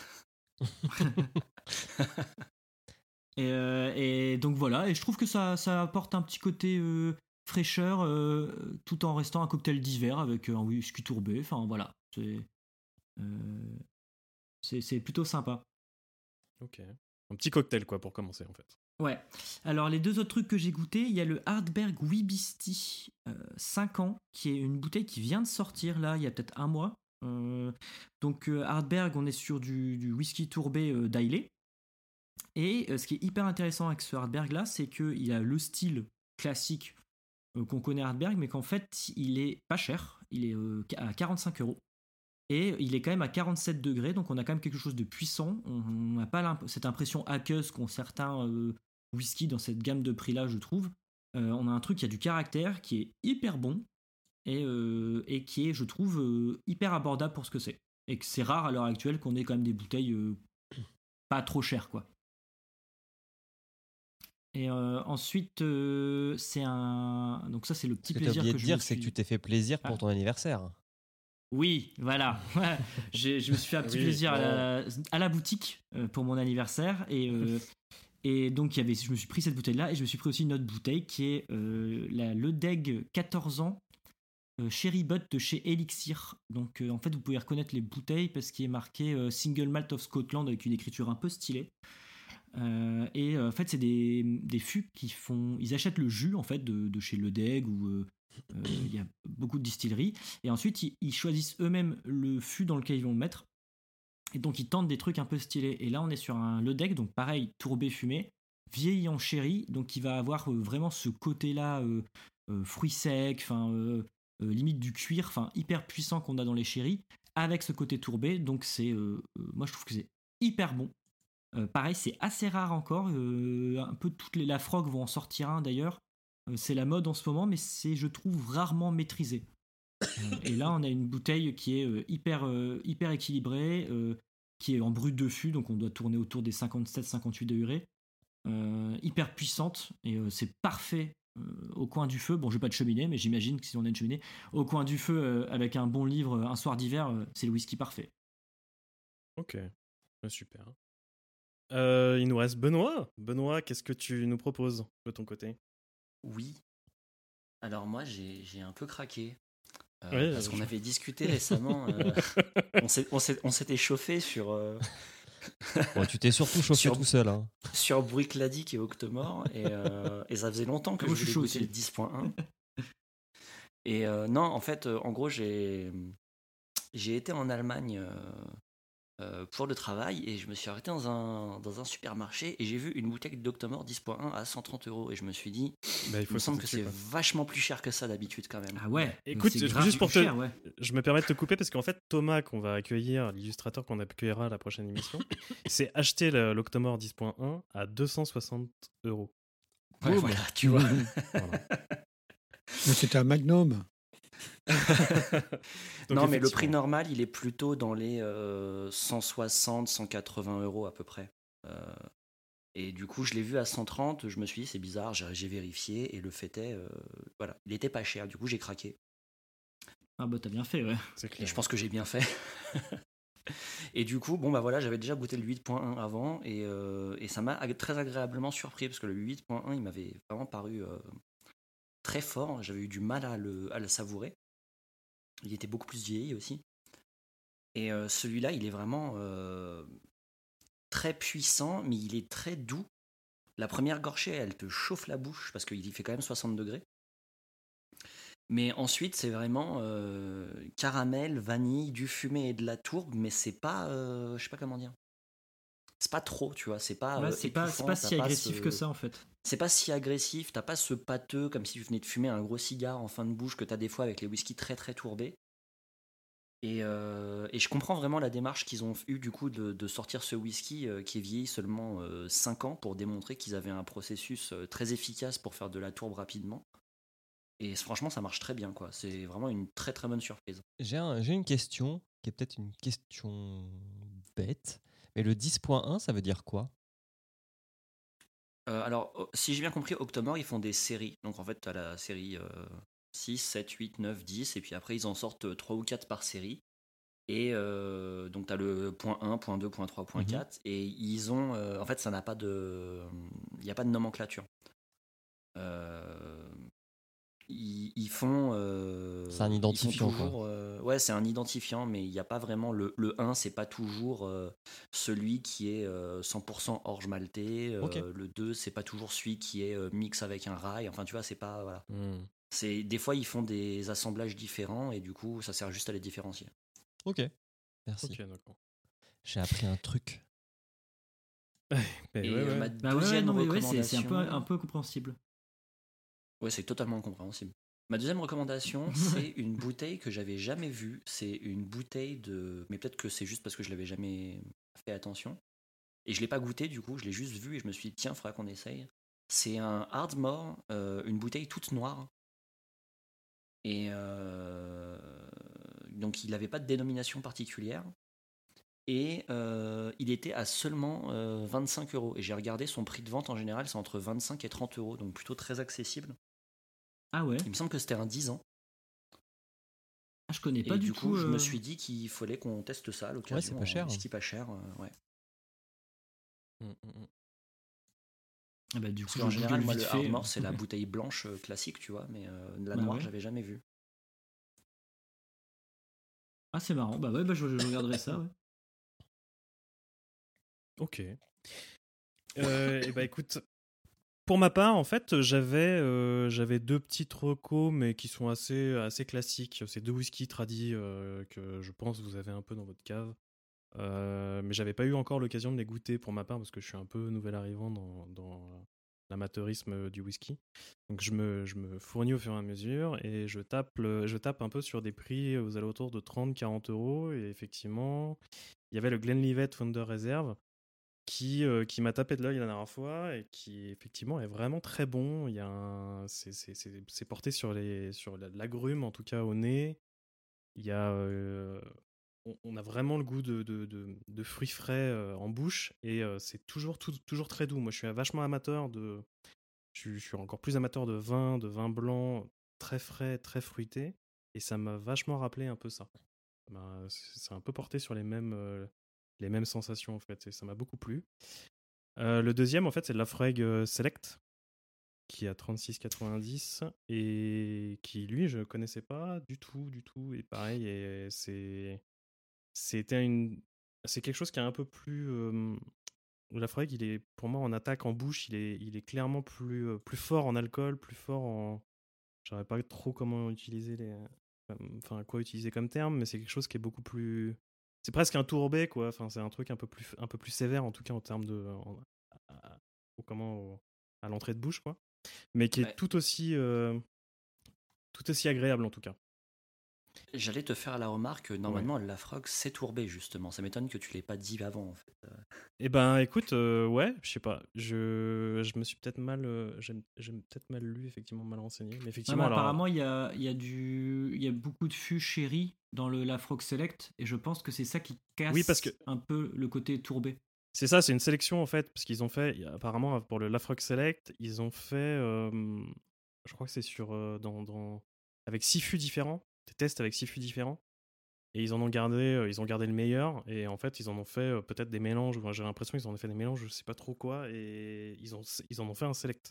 Et, euh, et donc voilà. Et je trouve que ça, ça apporte un petit côté euh, fraîcheur euh, tout en restant un cocktail d'hiver avec un whisky tourbé. Enfin, voilà. C'est, euh, c'est, c'est plutôt sympa. Ok. Un petit cocktail, quoi, pour commencer, en fait. Ouais. Alors, les deux autres trucs que j'ai goûté, il y a le Hardberg Wibisty euh, cinq ans, qui est une bouteille qui vient de sortir, là, il y a peut-être un mois. Euh, donc, euh, Hardberg, on est sur du, du whisky tourbé euh, d'Islay. Et euh, ce qui est hyper intéressant avec ce Hardberg-là, c'est qu'il a le style classique euh, qu'on connaît Hardberg, mais qu'en fait, il est pas cher. Il est euh, à quarante-cinq euros. Et il est quand même à quarante-sept degrés, donc on a quand même quelque chose de puissant. On n'a pas l'imp- cette impression aqueuse qu'ont certains euh, whisky dans cette gamme de prix-là, je trouve. Euh, on a un truc qui a du caractère, qui est hyper bon, et, euh, et qui est, je trouve, euh, hyper abordable pour ce que c'est. Et que c'est rare à l'heure actuelle qu'on ait quand même des bouteilles euh, pas trop chères, quoi. Et euh, ensuite, euh, c'est un... Donc ça, c'est le petit Ce que tu as plaisir oublié que de je dire, me c'est suis... que tu t'es fait plaisir pour Ah. ton anniversaire. Oui, voilà. J'ai- je me suis fait un petit Oui, plaisir à, bon. la, à la boutique euh, pour mon anniversaire. Et, euh, et donc, il y avait, je me suis pris cette bouteille-là et je me suis pris aussi une autre bouteille qui est euh, la Ledeg quatorze ans euh, Cherry Butt de chez Elixir. Donc, euh, en fait, vous pouvez reconnaître les bouteilles parce qu'il est marqué euh, Single Malt of Scotland avec une écriture un peu stylée. Euh, et euh, en fait, c'est des, des fûts qui font. Ils achètent le jus en fait de, de chez Ledeg ou euh, euh, il y a beaucoup de distilleries. Et ensuite, ils, ils choisissent eux-mêmes le fût dans lequel ils vont le mettre. Et donc, ils tentent des trucs un peu stylés. Et là, on est sur un Ledeg, donc pareil, tourbé fumé, vieilli en sherry. Donc, il va avoir euh, vraiment ce côté-là, euh, euh, fruits secs, enfin, euh, euh, limite du cuir, enfin hyper puissant qu'on a dans les sherry, avec ce côté tourbé. Donc c'est, euh, euh, moi je trouve que c'est hyper bon. Euh, pareil, c'est assez rare encore. Euh, un peu toutes les la Frog vont en sortir un d'ailleurs. Euh, c'est la mode en ce moment, mais c'est, je trouve, rarement maîtrisé. Euh, et là, on a une bouteille qui est euh, hyper, euh, hyper équilibrée, euh, qui est en brut de fût, donc on doit tourner autour des cinquante-sept à cinquante-huit degrés. Euh, hyper puissante, et euh, c'est parfait euh, au coin du feu. Bon, je n'ai pas de cheminée, mais j'imagine que si on a une cheminée, au coin du feu, euh, avec un bon livre, un soir d'hiver, euh, c'est le whisky parfait. Ok, super. Euh, il nous reste Benoît. Benoît, qu'est-ce que tu nous proposes de ton côté? Oui. Alors moi, j'ai, j'ai un peu craqué. Euh, Ouais, parce euh, qu'on je- avait discuté récemment. euh, on, s'est, on, s'est- on s'était chauffé sur, euh, Bon, tu t'es surtout chauffé Sur- tout seul. Hein. sur Bruichladdich et Octomore. Et, euh, et ça faisait longtemps que Moi, je je suis voulais chaud goûter aussi. le dix point un. Et euh, non, en fait, euh, en gros, j'ai, j'ai été en Allemagne euh, euh, pour le travail et je me suis arrêté dans un, dans un supermarché et j'ai vu une bouteille d'Octomore dix point un à cent trente euros. Et je me suis dit, Bah, il il faut me semble que sauter c'est dessus, quoi. vachement plus cher que ça d'habitude quand même. Ah ouais. Écoute, c'est juste grave pour plus te- cher, ouais. Je me permets de te couper parce qu'en fait, Thomas, qu'on va accueillir, l'illustrateur qu'on accueillera à la prochaine émission, s'est acheté le- l'Octomore dix point un à deux cent soixante euros. Ouais, Boum. voilà, tu vois. Voilà. Mais c'était un Magnum. Donc, Non, mais le effectivement. prix normal, il est plutôt dans les euh, cent soixante, cent quatre-vingts euros à peu près. Euh, et du coup, je l'ai vu à cent trente, je me suis dit, c'est bizarre, j'ai, j'ai vérifié, et le fait est, euh, voilà, il était pas cher, du coup, j'ai craqué. Ah bah t'as bien fait, ouais. C'est Et clair. je pense que j'ai bien fait. Et du coup, bon, bah voilà, j'avais déjà goûté le huit point un avant, et, euh, et ça m'a ag- très agréablement surpris, parce que le huit point un, il m'avait vraiment paru euh, très fort, j'avais eu du mal à le, à le savourer. Il était beaucoup plus vieilli aussi. Et euh, celui-là, il est vraiment euh, très puissant, mais il est très doux. La première gorgée, elle te chauffe la bouche parce qu'il y fait quand même soixante degrés. Mais ensuite, c'est vraiment euh, caramel, vanille, du fumé et de la tourbe, mais c'est pas, euh, je sais pas comment dire. C'est pas trop, tu vois. C'est pas. Ouais, euh, c'est pas, c'est étouffant, pas t'as si agressif ce- que ça en fait. C'est pas si agressif. T'as pas ce pâteux comme si tu venais de fumer un gros cigare en fin de bouche que t'as des fois avec les whiskies très très tourbés. Et, euh, et je comprends vraiment la démarche qu'ils ont eue du coup de, de sortir ce whisky euh, qui est vieilli seulement euh, cinq ans pour démontrer qu'ils avaient un processus euh, très efficace pour faire de la tourbe rapidement. Et franchement, ça marche très bien, quoi. C'est vraiment une très très bonne surprise. J'ai, un- j'ai une question qui est peut-être une question bête, mais le dix point un, ça veut dire quoi? Euh, alors, oh, si j'ai bien compris, Octomore, ils font des séries. Donc en fait, tu as la série euh, six, sept, huit, neuf, dix, et puis après, ils en sortent trois ou quatre par série. Et euh, donc, tu as le point un, point deux, point trois, point Mhm. quatre. Et ils ont. euh, en fait, ça n'a pas de. Il n'y a pas de nomenclature. Euh, ils, ils font. euh, C'est un ils font identifiant, quoi. toujours, euh, ouais, c'est un identifiant, mais il n'y a pas vraiment. Le, le un, c'est pas toujours euh, celui qui est euh, cent pour cent orge maltais. euh, Ok. Le deux, c'est pas toujours celui qui est euh, mix avec un rye. Enfin, tu vois, c'est pas. Voilà. Hmm. C'est, des fois, ils font des assemblages différents et du coup, ça sert juste à les différencier. Ok, merci. Ok, d'accord. J'ai appris un truc. Mais Et ouais, euh, ouais. ma Bah ouais, ouais, deuxième non, mais ouais, recommandation. c'est, c'est un peu, un peu compréhensible. Ouais, c'est totalement compréhensible. Ma deuxième recommandation, c'est une bouteille que j'avais jamais vue. C'est une bouteille de. Mais peut-être que c'est juste parce que je l'avais jamais fait attention. Et je l'ai pas goûté, du coup, je l'ai juste vu et je me suis dit, tiens, il faudra qu'on essaye. C'est un Ardmore, euh, une bouteille toute noire. Et euh, donc, il n'avait pas de dénomination particulière. Et euh, il était à seulement euh, vingt-cinq euros. Et j'ai regardé son prix de vente en général, c'est entre vingt-cinq et trente euros, donc plutôt très accessible. Ah ouais. Il me semble que c'était un dix ans. Ah, je connais Et pas du du coup, tout. je euh, me suis dit qu'il fallait qu'on teste ça à l'occasion. Ouais, c'est pas cher. Un whisky pas cher, euh, ouais. Hmm, hmm, hmm. Ah bah, du Parce coup, qu'en je général, Google moi, vite le fait. Ardmore, c'est la bouteille blanche euh, classique, tu vois, mais euh, la Bah noire, ouais. j'avais jamais vu. Ah, c'est marrant. Bah ouais, bah, je, je regarderai ça. Ouais. Ok. Euh, et bah écoute, pour ma part, en fait, j'avais euh, j'avais deux petites recos, mais qui sont assez assez classiques. C'est deux whisky tradis euh, que je pense vous avez un peu dans votre cave. Euh, mais j'avais pas eu encore l'occasion de les goûter pour ma part parce que je suis un peu nouvel arrivant dans, dans, l'amateurisme du whisky. Donc je me, je me fournis au fur et à mesure et je tape, le, je tape un peu sur des prix aux alentours de trente à quarante euros. Et effectivement, il y avait le Glenlivet Founder Reserve qui, euh, qui m'a tapé de l'œil la dernière fois et qui effectivement est vraiment très bon. Il y a un, c'est, c'est, c'est, c'est porté sur, les, sur l'agrume, en tout cas au nez. Il y a, euh, on, on a vraiment le goût de, de, de, de fruits frais euh, en bouche et euh, c'est toujours, tout, toujours très doux. Moi, je suis vachement amateur de... Je suis, je suis encore plus amateur de vin, de vin blanc, très frais, très fruité. Et ça m'a vachement rappelé un peu ça. Ben, c'est, c'est un peu porté sur les mêmes, euh, les mêmes sensations, en fait. Et ça m'a beaucoup plu. Euh, le deuxième, en fait, c'est de la Laphroaig Select, qui est à trente-six quatre-vingt-dix et qui, lui, je connaissais pas du tout, du tout. Et pareil, et c'est, c'était une, c'est quelque chose qui est un peu plus... Euh, la Laphroaig, il est, pour moi, en attaque en bouche, il est, il est clairement plus, euh, plus fort en alcool, plus fort en... Je ne savais pas trop comment utiliser les... Enfin, quoi utiliser comme terme, mais c'est quelque chose qui est beaucoup plus... C'est presque un tourbé, quoi. Enfin, c'est un truc un peu plus, un peu plus sévère, en tout cas, en termes de... En, à, au, comment, au, à l'entrée de bouche, quoi. Mais qui est Ouais. tout aussi... Euh, tout aussi agréable, en tout cas. J'allais te faire la remarque, normalement, ouais. La Laphroaig, c'est tourbé, justement. Ça m'étonne que tu l'aies pas dit avant, en fait. Eh ben, écoute, euh, ouais, je sais pas. Je, je me suis peut-être mal... Euh, j'ai, j'ai peut-être mal lu, effectivement, mal renseigné. Mais effectivement, ouais, mais alors... apparemment, il y a, y, a du, y a beaucoup de fûts sherry dans le Laphroaig Select, et je pense que c'est ça qui casse oui, parce que... un peu le côté tourbé. C'est ça, c'est une sélection, en fait, parce qu'ils ont fait, apparemment, pour le Laphroaig Select, ils ont fait... Euh, je crois que c'est sur... Euh, dans, dans, avec six fûts différents, des tests avec six fûts différents. Et ils en ont gardé, euh, ils ont gardé le meilleur. Et en fait, ils en ont fait euh, peut-être des mélanges. Enfin, j'ai l'impression qu'ils en ont fait des mélanges, je sais pas trop quoi. Et ils, ont, ils en ont fait un select.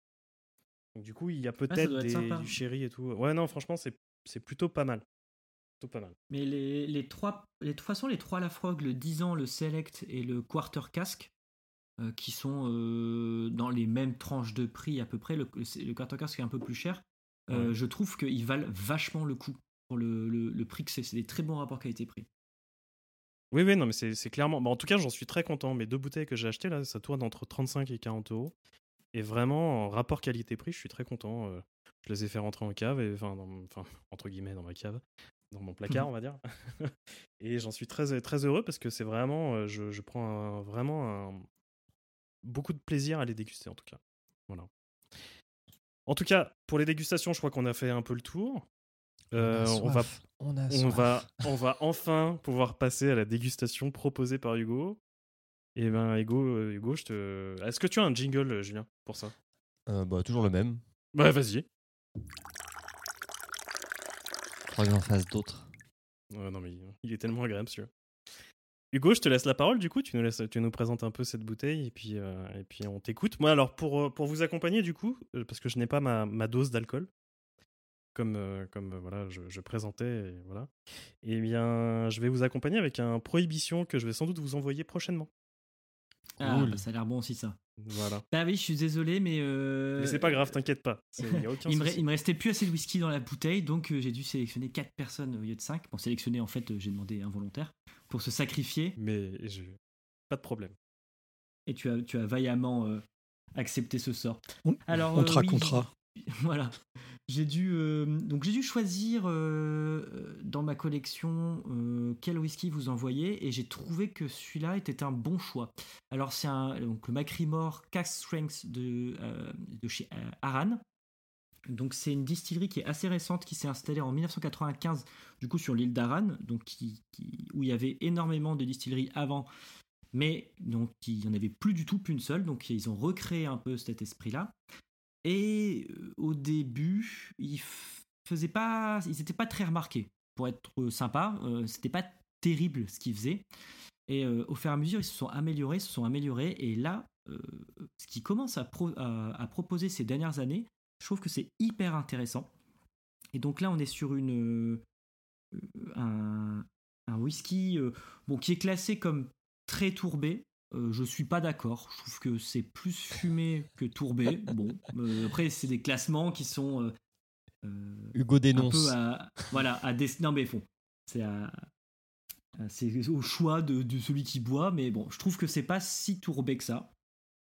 Donc, du coup, il y a peut-être ah, des, du sherry et tout. Ouais, non, franchement, c'est, c'est plutôt pas mal. Plutôt pas mal. Mais les, les trois, les, de toute façon, les trois Laphroaig, le dix ans, le Select et le Quarter Cask, euh, qui sont euh, dans les mêmes tranches de prix à peu près, le, le, le Quarter Cask est un peu plus cher, euh, ouais. Je trouve qu'ils valent vachement le coup. Pour le, le, le prix que c'est, c'est des très bons rapports qualité-prix. Oui, oui, non, mais c'est, c'est clairement... Bah, en tout cas, j'en suis très content. Mes deux bouteilles que j'ai achetées, là, ça tourne entre trente-cinq et quarante euros. Et vraiment, en rapport qualité-prix, je suis très content. Euh, je les ai fait rentrer en cave, et, enfin, dans, enfin, entre guillemets, dans ma cave, dans mon placard, mmh. on va dire. Et j'en suis très, très heureux parce que c'est vraiment... Je, je prends un, vraiment un, beaucoup de plaisir à les déguster, en tout cas. Voilà. En tout cas, pour les dégustations, je crois qu'on a fait un peu le tour. Euh, on, on, va, on, a on, va, on va enfin pouvoir passer à la dégustation proposée par Hugo. Et ben Hugo, Hugo je te... est-ce que tu as un jingle, Julien, pour ça? euh, bah, Toujours le même. Bah vas-y. Je crois que j'en fasse d'autres. Euh, non mais il est tellement agréable celui-là. Hugo, je te laisse la parole du coup, tu nous, laisses, tu nous présentes un peu cette bouteille et puis, euh, et puis on t'écoute. Moi alors pour, pour vous accompagner du coup, parce que je n'ai pas ma, ma dose d'alcool, comme, euh, comme euh, voilà, je, je présentais, et voilà. Eh bien, je vais vous accompagner avec un Prohibition que je vais sans doute vous envoyer prochainement. Ah, cool. Bah, ça a l'air bon aussi, ça. Voilà. Bah oui, je suis désolé, mais... Euh... Mais c'est pas grave, t'inquiète pas. C'est, y a aucun il, me, souci. il me restait plus assez de whisky dans la bouteille, donc euh, j'ai dû sélectionner quatre personnes au lieu de cinq. Bon, sélectionner, en fait, euh, j'ai demandé un volontaire pour se sacrifier. Mais je... pas de problème. Et tu as, tu as vaillamment euh, accepté ce sort. On, Alors, on euh, te racontera. Oui, voilà. J'ai dû, euh, donc j'ai dû choisir euh, dans ma collection euh, quel whisky vous envoyer et j'ai trouvé que celui-là était un bon choix. Alors c'est un, donc, le Macklemore Cask Strength de, euh, de chez euh, Arran. Donc c'est une distillerie qui est assez récente, qui s'est installée en dix-neuf cent quatre-vingt-quinze du coup sur l'île d'Arran, donc qui, qui, où il y avait énormément de distilleries avant, mais donc il n'y en avait plus du tout, plus une seule. Donc ils ont recréé un peu cet esprit-là. Et euh, au début, ils faisaient pas, ils n'étaient pas très remarqués. Pour être sympa, euh, c'était pas terrible ce qu'ils faisaient. Et euh, au fur et à mesure, ils se sont améliorés, se sont améliorés. Et là, euh, ce qu'ils commencent à, pro- à, à proposer ces dernières années, je trouve que c'est hyper intéressant. Et donc là, on est sur une euh, un, un whisky euh, bon, qui est classé comme très tourbé. Euh, je suis pas d'accord. Je trouve que c'est plus fumé que tourbé. Bon, euh, après c'est des classements qui sont euh, euh, Hugo dénonce. Un peu à, voilà, à des... non mais bon, c'est à, à, c'est au choix de, de celui qui boit. Mais bon, je trouve que c'est pas si tourbé que ça.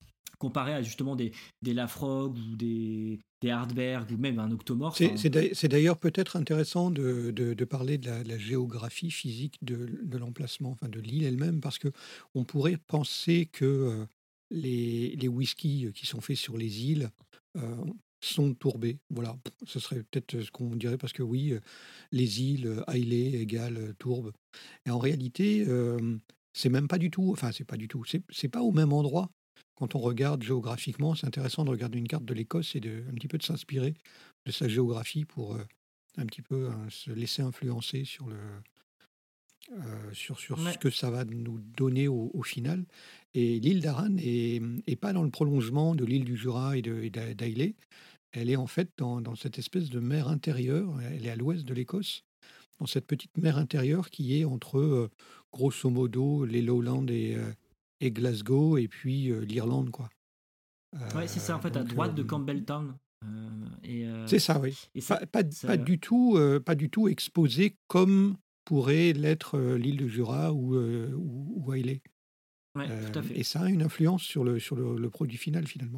comparé à justement des, des Lafrogue ou des, des Hardberg ou même un Octomore. C'est enfin, c'est d'ailleurs c'est d'ailleurs peut-être intéressant de, de- de parler de la, de la géographie physique de, de l'emplacement, enfin de l'île elle-même, parce que on pourrait penser que euh, les, les whiskies qui sont faits sur les îles euh, sont tourbés. Voilà, ce serait peut-être ce qu'on dirait, parce que oui, euh, les îles, euh, Islay égale euh, tourbe. Et en réalité, euh, c'est même pas du tout, enfin c'est pas du tout, c'est c'est pas au même endroit. Quand on regarde géographiquement, c'est intéressant de regarder une carte de l'Écosse et de, un petit peu de s'inspirer de sa géographie pour euh, un petit peu hein, se laisser influencer sur, le, euh, sur, sur ce ouais. que ça va nous donner au, au final. Et l'île d'Arran est, est pas dans le prolongement de l'île du Jura et de- et d'A- d'Ailey. Elle est en fait dans, dans cette espèce de mer intérieure. Elle est à l'ouest de l'Écosse, dans cette petite mer intérieure qui est entre, euh, grosso modo, les Lowlands et, euh, et Glasgow, et puis euh, l'Irlande, quoi. Ouais, c'est ça, en Euh, fait, à donc, droite de euh, Campbelltown. Euh, et, euh, c'est ça, oui. et ça, Pas, pas, ça- pas du tout, euh, pas du tout exposé comme pourrait l'être euh, l'île de Jura ou, euh, ou, ou Islay. ouais, Euh, tout à fait. et ça a une influence sur le, sur le, le produit final, finalement.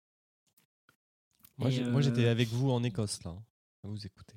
Moi, Et, j'ai- moi, j'étais euh, avec vous en Écosse, là. hein, À vous écouter.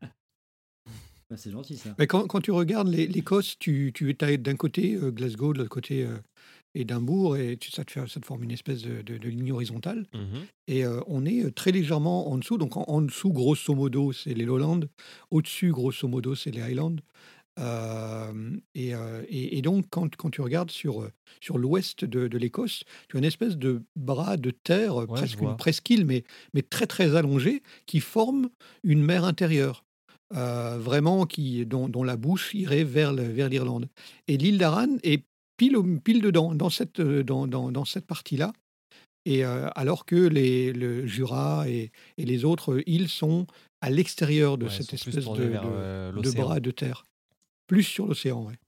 bah, c'est gentil ça. Mais quand, quand tu regardes les- l'Écosse, tu, tu as d'un côté euh, Glasgow, de l'autre côté euh, Édimbourg, et tu- ça, te fait, ça te forme une espèce de, de- de ligne horizontale. Mhm. Et euh, on est euh, très légèrement en dessous. Donc en, en dessous, grosso modo, c'est les Lowlands. Au-dessus, grosso modo, c'est les Highlands. Euh, et, euh, et- et donc, quand, quand tu regardes sur, euh, sur l'ouest de, de l'Écosse, tu as une espèce de bras de terre, euh, Ouais, je presque une vois. presqu'île, mais, mais très très allongée, qui forme une mer intérieure. Euh, vraiment, qui, dont, dont la bouche irait vers, le- vers l'Irlande. Et l'île d'Arran est pile, au- pile dedans, dans cette, euh, dans, dans, dans cette partie-là. Et euh, alors que les, le Jura et, et les autres îles sont à l'extérieur de Ouais, ils cette sont plus espèce tournés de, vers de, euh, de l'océan. bras de terre, plus sur l'océan. Ouais.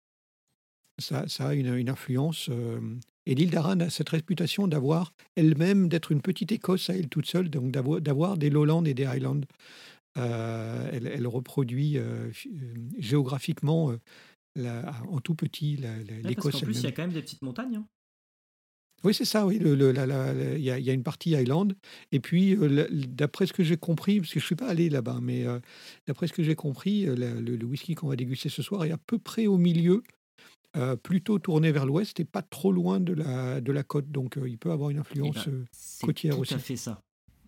Ça, ça a une, une influence. euh, et l'île d'Arran a cette réputation d'avoir elle-même, d'être une petite Écosse à elle toute seule, donc d'avoir, d'avoir des Lowlands et des Highlands. Euh, elle, elle reproduit euh, fi- euh, géographiquement euh, la- en tout petit la- la- Ouais, parce qu'en l'Écosse plus, il y a elle-même. quand même des petites montagnes. hein. Oui, c'est ça, oui. le- le- la- la- la- Il y, a il y a une partie Highland. Et puis, euh, le- d'après ce que j'ai compris, parce que je ne suis pas allé là-bas, mais euh, d'après ce que j'ai compris, euh, la- le, le whisky qu'on va déguster ce soir est à peu près au milieu, euh, plutôt tourné vers l'ouest et pas trop loin de la, de la côte. Donc, euh, il peut avoir une Et influence ben, euh, c'est côtière tout aussi. à fait ça.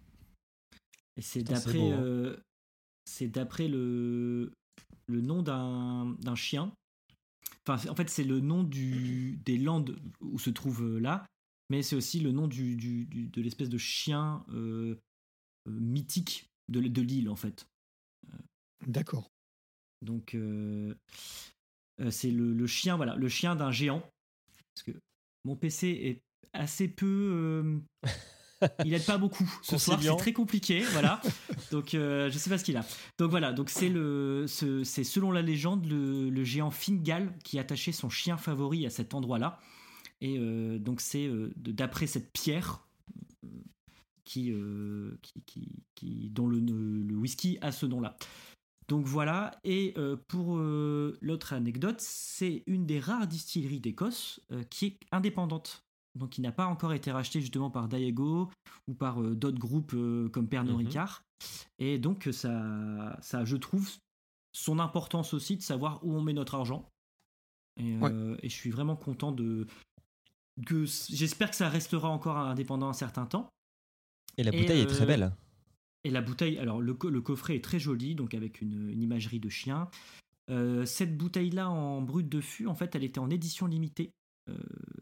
Et c'est Putain, c'est d'après beau. hein. euh, c'est d'après le, le nom d'un d'un chien. Enfin, c'est- en fait, c'est le nom du, des landes où se trouve euh, là, mais c'est aussi le nom du, du- du- de l'espèce de chien euh, euh, mythique de, l- de l'île, en fait. D'accord. Donc, euh, euh, c'est le, le chien, voilà, le chien d'un géant. Parce que mon P C est assez peu. euh, il aide pas beaucoup ce soir, c'est Conciliant. très compliqué, voilà. Donc euh, je sais pas ce qu'il a. Donc voilà, donc c'est le, ce- c'est selon la légende le, le géant Fingal qui attachait son chien favori à cet endroit-là. Et euh, donc c'est euh, de- d'après cette pierre euh, qui, euh, qui, qui- qui- dont le, le whisky a ce nom-là. Donc voilà, et euh, pour euh, l'autre anecdote, c'est une des rares distilleries d'Écosse euh, qui est indépendante. Donc qui n'a pas encore été rachetée justement par Diageo ou par euh, d'autres groupes euh, comme Pernod Mhm. Ricard. Et donc ça, ça, je trouve, son importance aussi de savoir où on met notre argent. Et, euh, et je suis vraiment content de... que j'espère que ça restera encore indépendant un certain temps. Et la Et, bouteille est très euh, belle. Et la bouteille, alors le, co- le coffret est très joli, donc avec une, une imagerie de chien. Euh, cette bouteille-là en brut de fût, en fait, elle était en édition limitée. Euh,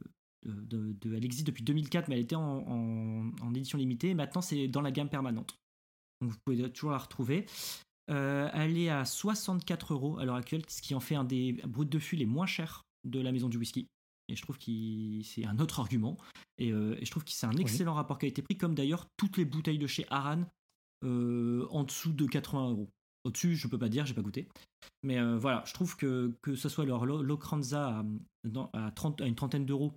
de- de- elle existe depuis deux mille quatre, mais elle était en, en- en édition limitée. Maintenant, c'est dans la gamme permanente. Donc, vous pouvez toujours la retrouver. Euh, elle est à soixante-quatre euros à l'heure actuelle, ce qui en fait un des bruts de fût les moins chers de la maison du whisky. Et je trouve que c'est un autre argument. Et, euh, et je trouve que c'est un excellent rapport qualité-prix, comme d'ailleurs toutes les bouteilles de chez Aran euh, en dessous de quatre-vingts euros. Au-dessus, je peux pas dire, j'ai pas goûté. Mais euh, voilà, je trouve que que ce soit leur Lo- Locranza à, dans- à, trente, à une trentaine d'euros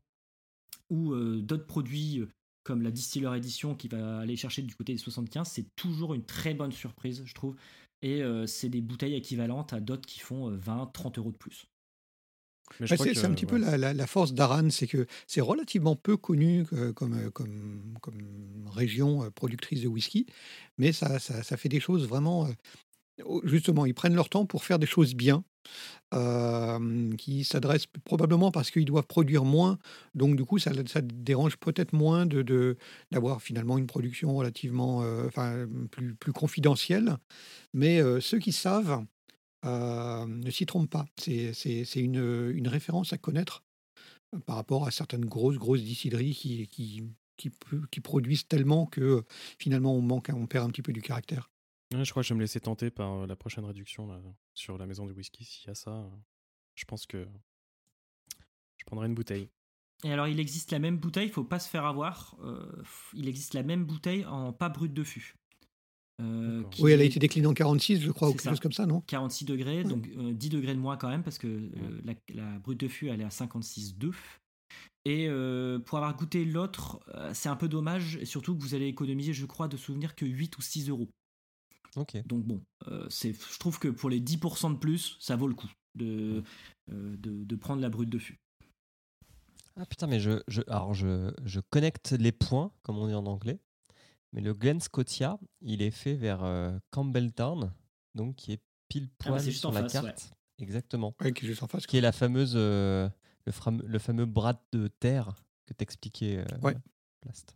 ou euh, d'autres produits euh, comme la Distiller Edition qui va aller chercher du côté des soixante-quinze, c'est toujours une très bonne surprise, je trouve. Et euh, c'est des bouteilles équivalentes à d'autres qui font euh, vingt, trente euros de plus. Mais je Ouais, crois c'est que c'est un petit peu ouais. la, la- la force d'Aran, c'est que c'est relativement peu connu euh, comme, euh, comme, comme région euh, productrice de whisky, mais ça, ça, ça fait des choses vraiment. euh, oh, Justement, ils prennent leur temps pour faire des choses bien, euh, qui s'adressent probablement parce qu'ils doivent produire moins, donc du coup, ça, ça dérange peut-être moins de, de- d'avoir finalement une production relativement, euh, enfin, plus, plus confidentielle. Mais euh, ceux qui savent euh, ne s'y trompent pas. C'est c'est- c'est une, une référence à connaître euh, par rapport à certaines grosses, grosses distilleries qui, qui, qui, peu- qui produisent tellement que euh, finalement on manque, on perd un petit peu du caractère. Ouais, je crois que je vais me laisser tenter par euh, la prochaine réduction là, sur la maison du whisky. S'il y a ça, euh, je pense que je prendrai une bouteille. Et alors, il existe la même bouteille, il faut pas se faire avoir. euh, f- il existe la même bouteille en pas brut de fût. euh, D'accord. qui Oui, elle a est été déclinée en quarante-six, je crois, ou C'est quelque ça. chose comme ça, non? quarante-six degrés, Ouais. donc euh, dix degrés de moins quand même, parce que euh, la, la brute de fût, elle est à cinquante-six virgule deux. Et euh, pour avoir goûté l'autre, euh, c'est un peu dommage, et surtout que vous allez économiser, je crois, de souvenir que huit ou six euros. Ok. Donc bon, euh, c'est, je trouve que pour les dix pour cent de plus, ça vaut le coup de, euh, de, de prendre la brute de fût. Ah putain, mais je, je, alors je, je connecte les points, comme on dit en anglais. Mais le Glen Scotia, il est fait vers euh, Campbelltown, donc qui est pile Ah bah, poil c'est juste sur en la face, carte. ouais. Exactement. Ouais, qui est juste en face. Qui est la fameuse, euh, le, fram- le fameux bras de terre que t'expliquais, euh, Ouais. Plast.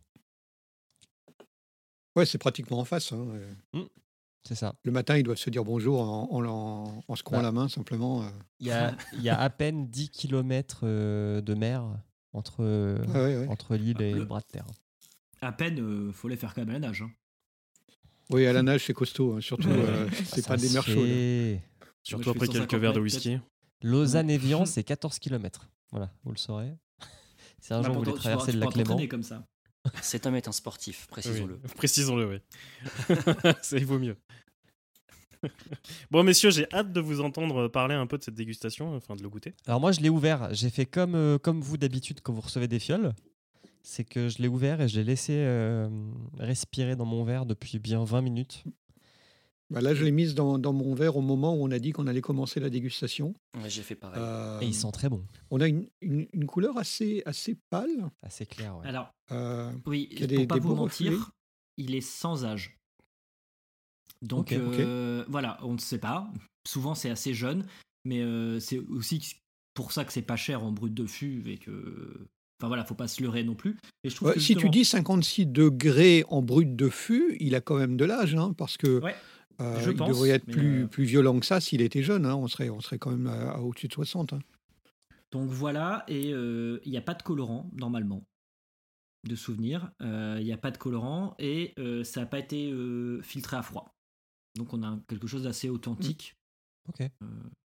Ouais, c'est pratiquement en face. hein. Euh, Mm, c'est ça. Le matin, ils doivent se dire bonjour en, en, en, en secouant Bah. la main, simplement. euh. Il y a, il y a à peine dix kilomètres euh, de mer entre, euh, Ouais, ouais, ouais. entre l'île et Le- le bras de terre. À peine, euh, faut les faire quand même à la nage. hein. Oui, à la nage, c'est costaud. hein. Surtout, euh, c'est Ça pas des se mers chaudes. hein. fait. Surtout Moi, je après fais quelques cent cinquante verres de mètres, whisky. Lausanne-Évian, c'est quatorze kilomètres. Voilà, vous le saurez. Si un Ah, jour vous pourtant, voulez tu pourras- traverser tu le lac pourras Léman, t'entraîner comme ça. Cet homme est un sportif, précisons-le. Oui, précisons-le, oui. Ça, il vaut mieux. Bon, messieurs, j'ai hâte de vous entendre parler un peu de cette dégustation, enfin de le goûter. alors moi je l'ai ouvert, j'ai fait comme, euh, comme vous d'habitude quand vous recevez des fioles, c'est que je l'ai ouvert et je l'ai laissé euh, respirer dans mon verre depuis bien vingt minutes. Bah, là, je l'ai mise dans, dans mon verre au moment où on a dit qu'on allait commencer la dégustation. Ouais, j'ai fait pareil. Euh, Et il sent très bon, on a une, une, une couleur assez, assez pâle. assez clair. Ouais. Alors, euh, oui, qu'il y a pour des- pas des vous beaux mentir, reflets. il est sans âge. Donc, Ok, ok. euh, voilà, on ne sait pas. Souvent, c'est assez jeune, mais euh, c'est aussi pour ça que c'est pas cher en brut de fût et que. Enfin voilà, faut pas se leurrer non plus. Et je trouve Ouais, que si tu justement- dis cinquante-six degrés en brut de fût, il a quand même de l'âge, hein, parce que Ouais, euh, je il pense, devrait être mais, plus, euh, plus violent que ça s'il était jeune. hein. On, serait, on serait quand même à, à au-dessus de soixante. hein. donc voilà, et euh, il n'y a pas de colorant normalement. De souvenir, Euh, il n'y a pas de colorant et euh, ça n'a pas été euh, filtré à froid. Donc on a quelque chose d'assez authentique. Ok. Euh,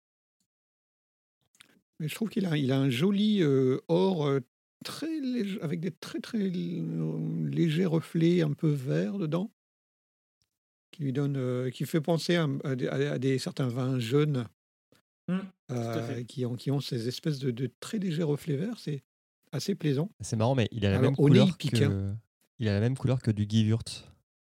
Mais je trouve qu'il a, il a un joli euh, or euh, très léger, avec des très très euh, légers reflets un peu verts dedans, qui lui donne, euh, qui fait penser à, à des, à des- certains vins jaunes hum, à euh, fait. qui, ont, qui ont ces espèces de, de très légers reflets verts. C'est assez plaisant. C'est marrant, mais il a la Alors, même au nez, il couleur pique, que il a la même couleur que du Gewürz.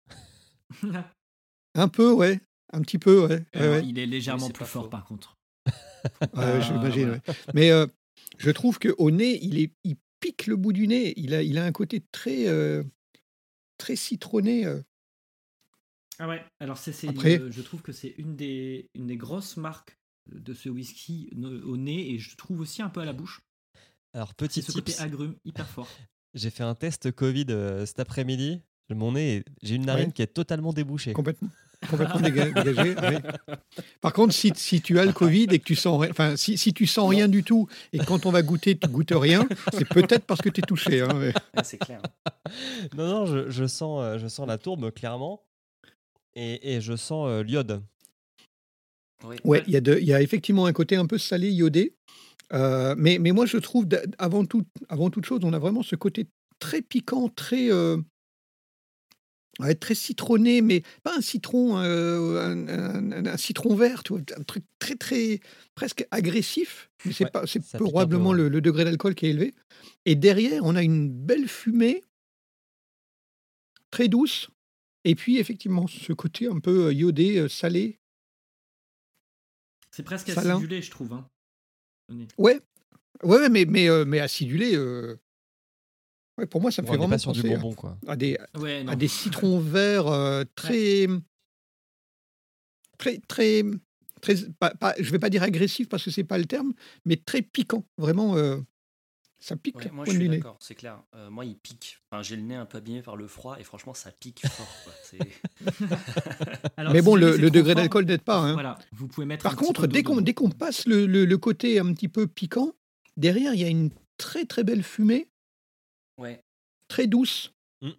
Un peu, ouais, un petit peu, ouais. ouais, Alors, ouais. Il est légèrement Oui, c'est plus pas fort faux. par contre. Ouais, Ah, j'imagine, voilà. ouais. Mais euh, je trouve qu'au nez, il, est, il pique le bout du nez. Il a, il a un côté très, euh, très citronné. euh. Ah ouais, alors c'est, c'est Après- une- je trouve que c'est une des, une des grosses marques de ce whisky no- au nez et je trouve aussi un peu à la bouche. Alors C'est petit ce côté tips, agrume hyper fort. j'ai fait un test Covid euh, cet après-midi. Mon nez, est- j'ai une narine Ouais. qui est totalement débouchée. Complètement, complètement déga- dégagé. ouais. Par contre, si, si tu as le Covid et que tu sens rien, enfin, si, si tu sens rien du tout et que quand on va goûter, tu goûtes rien, c'est peut-être parce que tu es touché. hein, mais- Ouais, c'est clair. Non, non, je, je sens, euh, je sens la tourbe clairement, et, et je sens euh, l'iode. Oui. Ouais, il y, a de- il y a effectivement un côté un peu salé, iodé. Euh, mais, mais moi, je trouve, d'a- avant, tout, avant toute chose, on a vraiment ce côté très piquant, très, euh, ouais, très citronné, mais pas un citron, euh, un, un- un citron vert, tu vois, un truc très, très, presque agressif. Mais c'est Ouais, pas, c'est ça pique un peu, probablement ouais. le, le degré d'alcool qui est élevé. Et derrière, on a une belle fumée, très douce. Et puis, effectivement, ce côté un peu euh, iodé, euh, salé. C'est presque Salin. acidulé, je trouve. hein, au nez. Ouais, Ouais, ouais, mais, mais, euh, mais acidulé, euh, ouais, pour moi, ça me Ouais, fait on n'est vraiment pas sur du penser à, bonbon, quoi. à des, Ouais, à non. des citrons verts euh, Ouais. très, très, très, très, pas, pas- je vais pas dire agressif parce que c'est pas le terme, mais très piquant. Vraiment, euh, ça pique Ouais, au moi coin je du suis nez. d'accord, c'est clair. Euh, moi il pique. Enfin, j'ai le nez un peu abîmé par le froid et franchement ça pique fort. Quoi. C'est... Alors, Mais si bon, jamais le, c'est le trop degré fort, d'alcool n'aide pas. vous- Hein. voilà, vous pouvez mettre Par un petit contre, peu d'eau dès qu'on dedans. dès qu'on passe le, le- le côté un petit peu piquant, derrière, il y a une très très belle fumée, Ouais, très douce. Mm.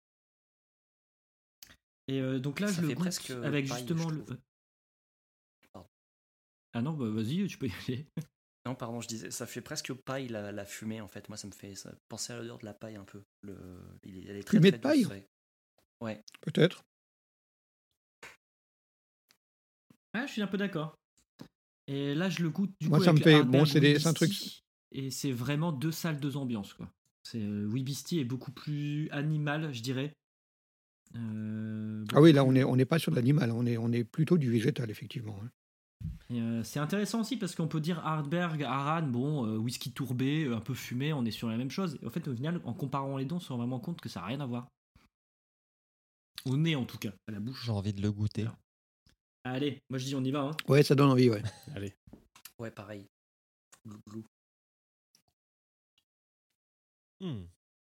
Et euh, donc là, ça je le fait goûte presque avec paille, justement je le. trouve. Pardon. Ah non, bah vas-y, tu peux y aller. Non, pardon, je disais, ça fait presque paille la, la fumée en fait. Moi ça me fait ça, penser à l'odeur de la paille un peu. Le, il est- elle est très Fumée très de paille, douce. Ouais. Ouais. peut-être. Ah, je suis un peu d'accord. Et là, je le goûte du Moi, coup ça avec me fait. Hardberg Bon, c'est des- c'est un truc. Wibisty. Et c'est vraiment deux salles, deux ambiances, quoi. C'est euh, Wibisty est beaucoup plus animal, je dirais. Euh, Ah beaucoup oui, là, on plus- n'est on n'est pas sur de l'animal, on est, on est plutôt du végétal, effectivement. Hein. Et, euh, c'est intéressant aussi parce qu'on peut dire Hardberg, Aran, bon, euh, whisky tourbé, euh, un peu fumé, on est sur la même chose. Et en fait, au final, en comparant les deux, on se rend vraiment compte que ça n'a rien à voir. Au nez, en tout cas, à la bouche. J'ai envie de le goûter. Alors. Allez, moi je dis on y va. Hein. Ouais, ça donne envie, ouais. Allez. Ouais, pareil. Glou, glou. Hmm.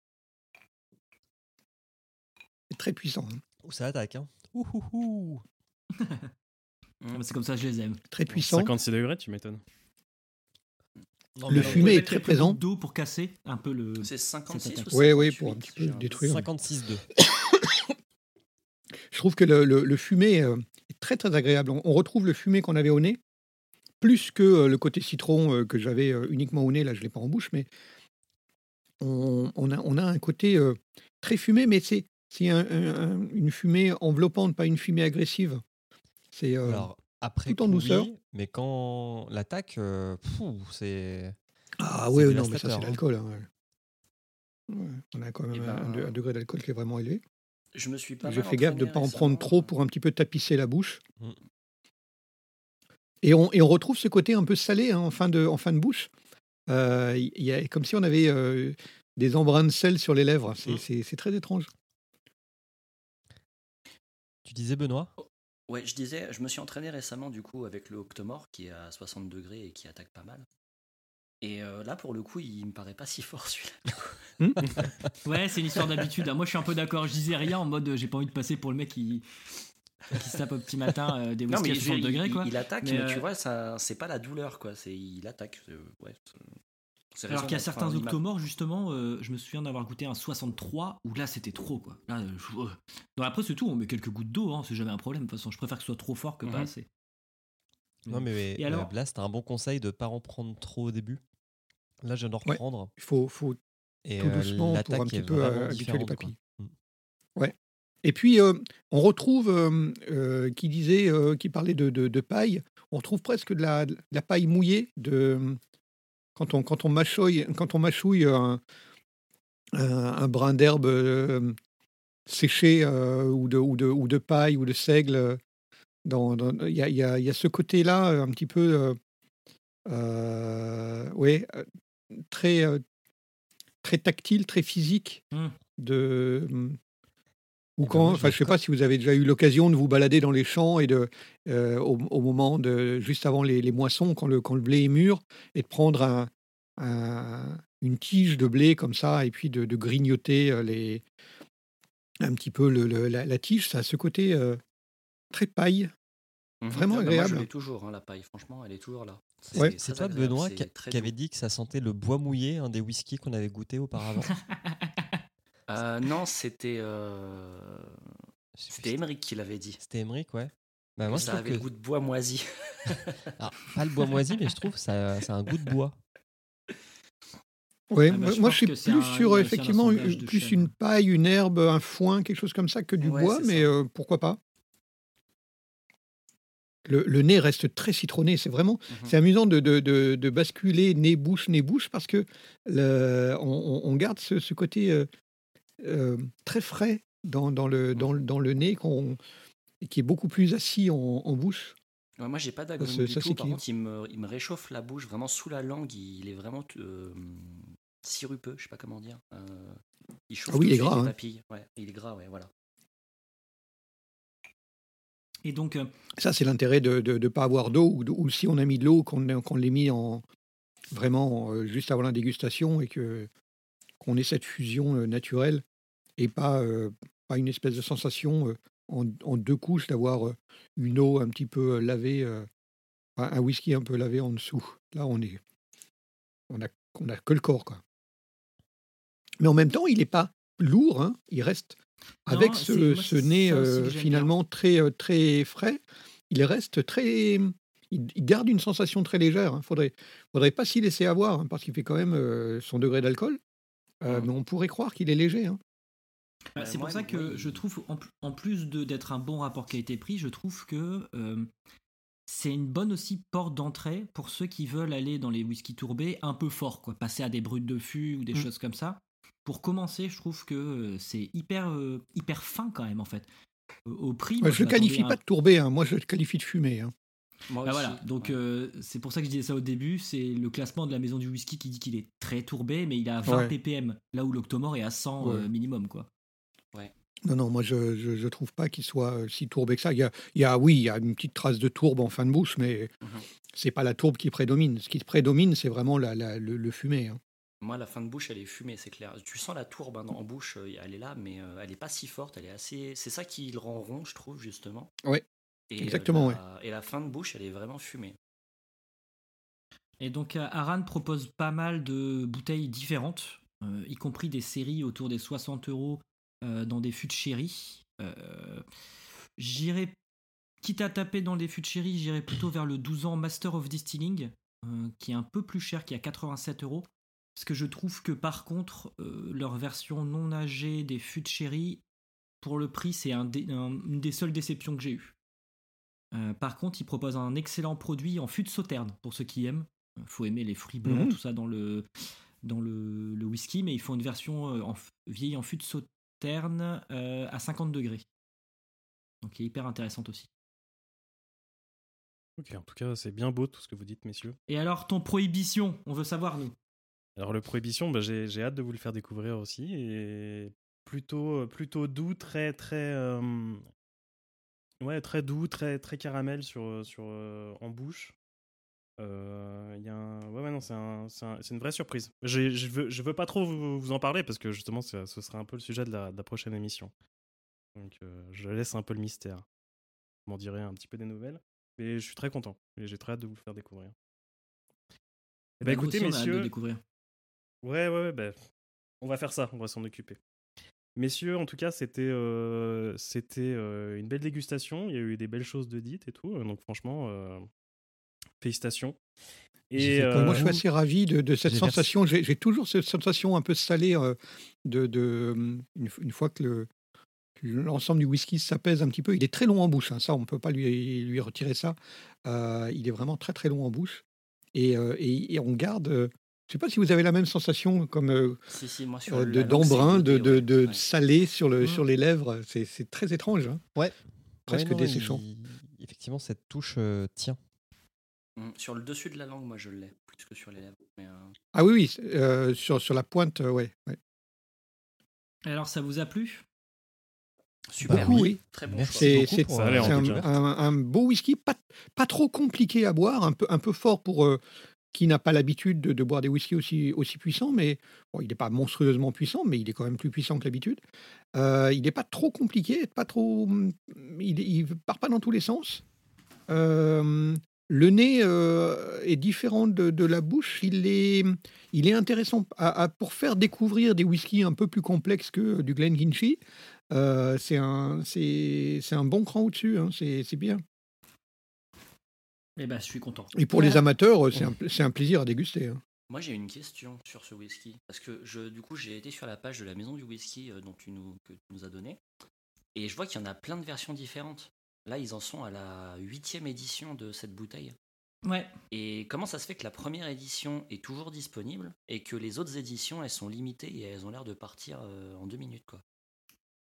C'est très puissant. Hein. Ouh, ça attaque, hein. Ouh, ouh, ouh. Ah, bah, c'est comme ça que je les aime. Très puissant. cinquante-six degrés, tu m'étonnes. Non, Le mais Alors, fumé on peut est mettre très quelques présent. gouttes d'eau pour casser un peu le. C'est cinquante-six cette ou Ouais, ouais, cinquante-huit, pour un petit peu j'ai un doute. détruire. cinquante-six deux. Je trouve que le, le- le fumé euh, est très très agréable. On, on retrouve le fumé qu'on avait au nez, plus que euh, le côté citron euh, que j'avais euh, uniquement au nez. Là, je ne l'ai pas en bouche, mais on, on a, on a un côté euh, très fumé, mais c'est c'est un- un- un- une fumée enveloppante, pas une fumée agressive. C'est euh, Alors, après tout en coup, douceur. oui, mais quand l'attaque, euh, pfou, c'est. Ah c'est ouais, non, mais ça dévastateur, c'est hein. l'alcool. Hein, ouais. Ouais, on a quand même Eh un, un de- ben, un degré d'alcool qui est vraiment élevé. je me suis pas J'ai mal fait gaffe de ne entraîné pas en prendre récemment. trop pour un petit peu tapisser la bouche. Mm. Et on, et on retrouve ce côté un peu salé hein, en, fin de, en fin de bouche. Euh, Il y a, comme si on avait euh, des embruns de sel sur les lèvres. C'est Mm. c'est- c'est très étrange. Tu disais, Benoît? Ouais, je disais, je me suis entraîné récemment du coup avec le Octomore qui est à soixante degrés et qui attaque pas mal. Et euh, là, pour le coup, il me paraît pas si fort celui-là. Ouais, c'est une histoire d'habitude. hein. Moi, je suis un peu d'accord. Je disais rien en mode euh, j'ai pas envie de passer pour le mec qui, qui se tape au petit matin euh, des Non, whisky mais à je- soixante il, degrés, il- quoi. il attaque, Mais, mais, euh, tu vois, ça, c'est pas la douleur, quoi. C'est, il attaque. c'est- ouais, c'est- c'est Alors qu'il y a raisonnable. certains Enfin, il m'a- octomores, justement, euh, je me souviens d'avoir goûté un soixante-trois où là c'était trop, quoi. Là, euh, je- euh. Non, après, c'est tout, on met quelques gouttes d'eau, hein, c'est jamais un problème. De toute façon, je préfère que ce soit trop fort que pas Mhm. assez. Non, mais Et euh, alors Blast, t'as un bon conseil de ne pas en prendre trop au début. Là, je viens d'en Ouais. reprendre. Il faut, faut Et tout euh, doucement pour un l'attaque petit est peu euh, vraiment habituer les différente, quoi. papilles. Mm. Ouais. Et puis, euh, on retrouve, euh, euh, qui disait, euh, qui parlait de, de- de paille, on retrouve presque de la, de la paille mouillée de, quand, on, quand, on mâchouille, quand on mâchouille un, un, un brin d'herbe euh, séché euh, ou, de, ou, de, ou de paille ou de seigle. euh, dans- dans- Il y, a, il y a- il y a ce côté-là, euh, un petit peu, euh, euh, ouais, euh, très, euh, très tactile, très physique. Mm. De, ou Eh ben quand, moi, je enfin, l'ai je sais co- pas si vous avez déjà eu l'occasion de vous balader dans les champs et de, euh, au, au moment de, juste avant les, les moissons, quand le, quand le blé est mûr, et de prendre un, un- une tige de blé comme ça, et puis de, de grignoter euh, les, un petit peu le, le- la, la tige, ça a ce côté euh, très paille, Mhm. vraiment Ah bah, moi, agréable. je l'ai toujours, hein, la paille. Franchement, elle est toujours là. Ouais. très C'est toi, agréable, Benoît, c'est qui, très qui avait doux. dit que ça sentait le bois mouillé, un des whiskies qu'on avait goûté auparavant. Euh, non, c'était euh, Je sais plus c'était si Émeric qui l'avait dit. C'était Emmerich, ouais. Bah, moi, je Ça trouve avait que. le goût de bois moisi. Alors, pas le bois moisi, mais je trouve que ça, ça a un goût de bois. Ouais, Ah bah, moi, je moi, pense je suis que c'est plus un- sur il y a aussi un effectivement assemblage une- de plus chêne. une paille, une herbe, un foin, quelque chose comme ça que du Ouais, bois, c'est mais ça. euh, pourquoi pas. Le, le nez reste très citronné, c'est vraiment, Mhm. c'est amusant de, de, de, de basculer nez-bouche, nez-bouche, parce que le, on, on- on garde ce, ce côté euh, euh, très frais dans, dans, le, dans, le- dans le nez, qu'on, qui est beaucoup plus assis en, en bouche. Ouais, moi, j'ai pas Ça, d'agrogne c'est du ça, tout. c'est Par qui, hein. contre, il me, il me réchauffe la bouche vraiment sous la langue. Il est vraiment euh, sirupeux, je sais pas comment dire. Euh, il chauffe Ah oui, tout il de est suite gras, les hein. papilles. Ouais, il est gras, ouais, voilà. Et donc, euh, Ça, c'est l'intérêt de ne pas avoir d'eau, ou, de- ou si on a mis de l'eau, qu'on qu'on l'ait mis en, vraiment euh, juste avant la dégustation et que qu'on ait cette fusion euh, naturelle et pas, euh, pas une espèce de sensation euh, en, en deux couches d'avoir euh, une eau un petit peu euh, lavée, euh, un un whisky un peu lavé en dessous. Là, on est, on a, on a que le corps, quoi. Mais en même temps, il n'est pas lourd, hein. Il reste avec non, c'est ce, moi ce c'est nez ça aussi euh, que j'aime bien. finalement très, euh, très frais. Il reste très. Il, il garde une sensation très légère. Il faudrait, faudrait pas s'y laisser avoir, hein, parce qu'il fait quand même euh, son degré d'alcool. Euh, Mhm. mais on pourrait croire qu'il est léger, hein. Bah, Ouais, c'est moi, pour ça que moi, il- je trouve, en, pl- en plus de- d'être un bon rapport qualité-prix, je trouve que euh, c'est une bonne aussi porte d'entrée pour ceux qui veulent aller dans les whisky tourbés un peu fort, quoi, passer à des brutes de fût ou des Mm. choses comme ça. Pour commencer, je trouve que euh, c'est hyper, euh, hyper fin quand même en fait. Au, au prix, Ouais, moi je je le m'attendais qualifie à un- pas de tourbé, hein. Moi je le qualifie de fumé, hein. moi Bah aussi. voilà, donc ouais. euh, c'est pour ça que je disais ça au début, c'est le classement de la maison du whisky qui dit qu'il est très tourbé, mais il est à vingt Ouais. ppm, là où l'Octomore est à cent Ouais. euh, minimum, quoi. Non, non, moi je je, je trouve pas qu'il soit euh, si tourbé que ça. Il y a, il y a, oui, il y a une petite trace de tourbe en fin de bouche, mais Mhm. c'est pas la tourbe qui prédomine. Ce qui prédomine, c'est vraiment la, la- le, le fumé, hein. Moi, la fin de bouche, elle est fumée, c'est clair. Tu sens la tourbe hein, en bouche, euh, elle est là, mais euh, elle est pas si forte. Elle est assez. C'est ça qui le rend rond, je trouve, justement. Ouais, Et, euh, exactement, la... Et la fin de bouche, elle est vraiment fumée. Et donc euh, Aran propose pas mal de bouteilles différentes, euh, y compris des séries autour des soixante euros euh, dans des fûts de sherry. Euh, j'irais, quitte à taper dans les fûts de sherry, j'irais plutôt vers le douze ans Master of Distilling, euh, qui est un peu plus cher, qui est à quatre-vingt-sept euros. Parce que je trouve que par contre, euh, leur version non âgée des fûts de sherry, pour le prix, c'est un dé- un- une des seules déceptions que j'ai eues. Euh, par contre, ils proposent un excellent produit en fût de sauterne, pour ceux qui aiment. Il faut aimer les fruits blancs, Mhm. tout ça dans le, dans le, le whisky, mais ils font une version euh, en, f- vieillie en fût de sauterne euh, à cinquante degrés. Donc, qui est hyper intéressante aussi. Ok, en tout cas, c'est bien beau tout ce que vous dites, messieurs. Et alors, ton prohibition, on veut savoir, nous. Alors, le Prohibition, bah, j'ai j'ai hâte de vous le faire découvrir aussi. Et plutôt, plutôt doux, très, très. euh, Ouais, très doux, très, très caramel sur, sur, euh, en bouche. Euh, il y a un... Ouais, ouais, non, c'est un, c'est un- c'est une vraie surprise. J'ai- Je veux, je veux pas trop vous, vous en parler parce que justement, ça- ce sera un peu le sujet de la, de la prochaine émission. Donc, euh, je laisse un peu le mystère. Je m'en dirai un petit peu des nouvelles. Mais je suis très content et j'ai très hâte de vous le faire découvrir. Eh ben, Bah, nous écoutez, aussi, on a hâte de messieurs. découvrir. Ouais, ouais, ouais, bah, on va faire ça, on va s'en occuper. Messieurs, en tout cas, c'était euh, c'était euh, une belle dégustation. Il y a eu des belles choses de dites et tout. Donc, franchement, euh, félicitations. J'ai Et fait Ouais, comme moi, je euh, suis vous. assez ravi de, de cette J'ai versé- sensation. J'ai j'ai toujours cette sensation un peu salée euh, de, de une, f- une fois que le l'ensemble du whisky s'apaise un petit peu. Il est très long en bouche, hein. Ça, on ne peut pas lui, lui retirer ça. Euh, il est vraiment très très long en bouche. Et, euh, et- et on garde. euh, je ne sais pas si vous avez la même sensation comme euh, Si, si, moi, sur euh, la de langue, c'est d'embrun, de, iodé, de, ouais. de Ouais. salé sur, le, Mm. sur les lèvres. C'est c'est très étrange, hein. Ouais. Presque Ouais, non, desséchant. il- Effectivement, cette touche euh, tient. Mm. Sur le dessus de la langue, moi, je l'ai, plus que sur les lèvres. Mais, euh, Ah oui, oui, c'est, euh, sur, sur la pointe, euh, ouais, ouais. Et alors, ça vous a plu? Super, Beaucoup, oui. oui. Très bon Merci choix. C'est beaucoup c'est- pour Ça a l'air, c'est en un, tout cas. un- un beau whisky, pas, pas trop compliqué à boire, un peu, un peu fort pour euh, qui n'a pas l'habitude de, de boire des whiskies aussi, aussi puissants, mais bon, il n'est pas monstrueusement puissant, mais il est quand même plus puissant que l'habitude. Euh, il n'est pas trop compliqué, pas trop, il ne part pas dans tous les sens. Euh, le nez euh, est différent de, de la bouche. Il est, il est intéressant à- à- pour faire découvrir des whiskies un peu plus complexes que du Glenkinchie. Euh, c'est un, c'est, c'est un bon cran au-dessus, hein. C'est, c'est bien. Eh ben, je suis content. Et pour les amateurs, c'est un, c'est un plaisir à déguster, hein. Moi, j'ai une question sur ce whisky. Parce que, je, du coup, j'ai été sur la page de la maison du whisky euh, dont tu nous, que tu nous as donné. Et je vois qu'il y en a plein de versions différentes. Là, ils en sont à la huitième édition de cette bouteille. Ouais. Et comment ça se fait que la première édition est toujours disponible et que les autres éditions, elles sont limitées et elles ont l'air de partir euh, en deux minutes, quoi.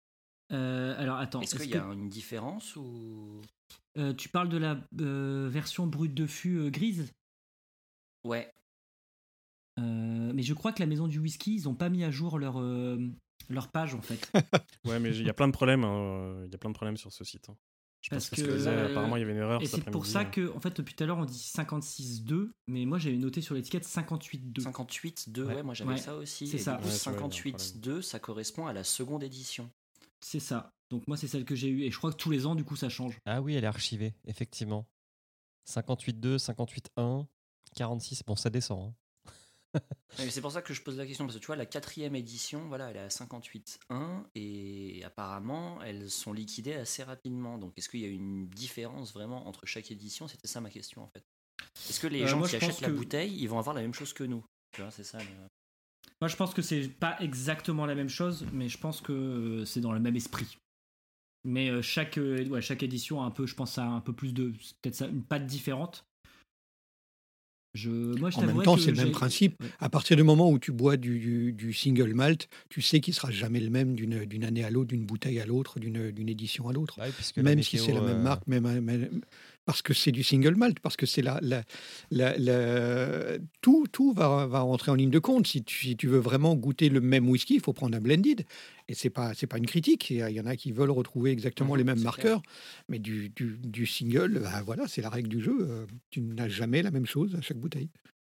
Euh, alors attends, Est-ce est-ce qu'il y que a une différence ou euh, tu parles de la euh, version brute de fût euh, grise? Ouais. Euh, mais je crois que la maison du whisky, ils ont pas mis à jour leur, euh, leur page en fait. Ouais, mais il y a plein de problèmes. hein, Il y a plein de problèmes sur ce site. hein. Je Parce pense que, que, ce que euh, apparemment il y avait une erreur Et cet c'est pour après-midi. ça hein. que, en fait, depuis tout à l'heure, on dit cinquante-six deux, mais moi j'avais noté sur l'étiquette cinquante-huit deux. cinquante-huit deux, Ouais. ouais, moi j'avais Ouais, ça aussi. c'est Et ça. du coup, Ouais, tu vois, il y a un cinquante-huit deux, ça correspond à la seconde édition. C'est ça. Donc moi, c'est celle que j'ai eue. Et je crois que tous les ans, du coup, ça change. Ah oui, elle est archivée, effectivement. cinquante-huit deux, cinquante-huit un, quarante-six. Bon, ça descend. hein. Ouais, c'est pour ça que je pose la question, parce que tu vois, la quatrième édition, voilà, elle est à cinquante-huit un, et apparemment, elles sont liquidées assez rapidement. Donc, est-ce qu'il y a une différence vraiment entre chaque édition? C'était ça ma question, en fait. Est-ce que les Euh, gens moi, qui je pense achètent la que- bouteille, ils vont avoir la même chose que nous? Tu vois, c'est ça. le- Moi, je pense que c'est pas exactement la même chose, mais je pense que euh, c'est dans le même esprit. Mais euh, chaque, euh, ouais, chaque édition a un peu, je pense, a un peu plus de, peut-être ça, une patte différente. Je, moi, je En même t'avouerais temps, que c'est le même j'ai- principe. Ouais. À partir du moment où tu bois du, du- du single malt, tu sais qu'il sera jamais le même d'une d'une année à l'autre, d'une bouteille à l'autre, d'une d'une édition à l'autre. Bah oui, puisque la Même si météo, c'est la même euh, marque, même, même- parce que c'est du single malt, parce que c'est la, la, la- la- tout, tout va, va rentrer en ligne de compte. Si tu, si tu veux vraiment goûter le même whisky, il faut prendre un blended. Et c'est pas, c'est pas une critique. Il y, a- il y en a qui veulent retrouver exactement Mhm, les mêmes c'est marqueurs, mais du, du, du single, bah voilà, c'est la règle du jeu. Euh, Tu n'as jamais la même chose à chaque bouteille.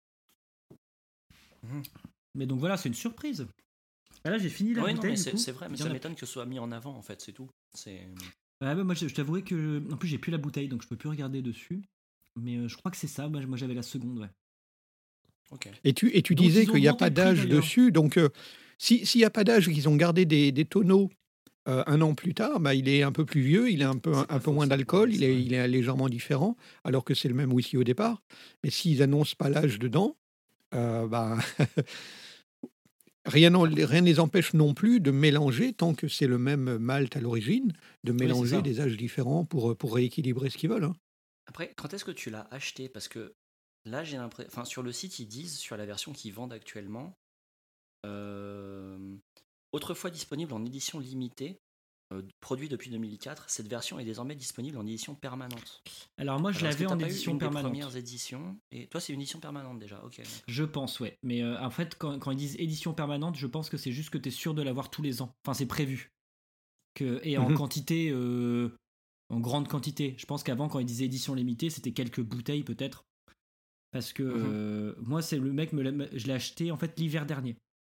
Mais donc voilà, c'est une surprise. Ah, là, j'ai fini la Ouais, non, bouteille. mais du c'est coup. c'est vrai, mais Il y ça en a- m'étonne que ce soit mis en avant, en fait, c'est tout. C'est. Ouais, bah, moi, je, je t'avouerais que, en plus, j'ai plus la bouteille, donc je peux plus regarder dessus. Mais euh, je crois que c'est ça. Moi, moi, j'avais la seconde, ouais. Ok. Et tu, et tu Donc, disais ils ont qu'il n'y a augmenté pas le prix, d'âge d'ailleurs. dessus. Donc, euh, si- s'il n'y a pas d'âge, qu'ils ont gardé des, des tonneaux euh, un an plus tard, bah, il est un peu plus vieux, il a un peu, C'est un, pas un peu faux, moins ça. d'alcool, Ouais, il, c'est est, vrai. il est légèrement différent, alors que c'est le même whisky au départ. Mais s'ils annoncent pas l'âge dedans, euh, bah, rien n'en- rien ne les empêche non plus de mélanger, tant que c'est le même malt à l'origine, de c'est mélanger ça. des âges différents pour, pour rééquilibrer ce qu'ils veulent. hein. Après, quand est-ce que tu l'as acheté? Parce que là, j'ai l'impression. Enfin, sur le site, ils disent, sur la version qu'ils vendent actuellement, euh, autrefois disponible en édition limitée, euh, produit depuis deux mille quatre, cette version est désormais disponible en édition permanente. Alors moi, je Alors, est-ce que l'avais en t'as pas eu édition une des permanente. premières éditions. Et toi, c'est une édition permanente déjà, ok. d'accord. Je pense, ouais. Mais euh, en fait, quand, quand ils disent édition permanente, je pense que c'est juste que tu es sûr de l'avoir tous les ans. Enfin, c'est prévu. Que, et en Mhm. quantité, euh, en grande quantité. Je pense qu'avant, quand ils disaient édition limitée, c'était quelques bouteilles peut-être. Parce que Mhm. euh, moi, c'est le mec, me l'a- je l'ai acheté en fait l'hiver dernier.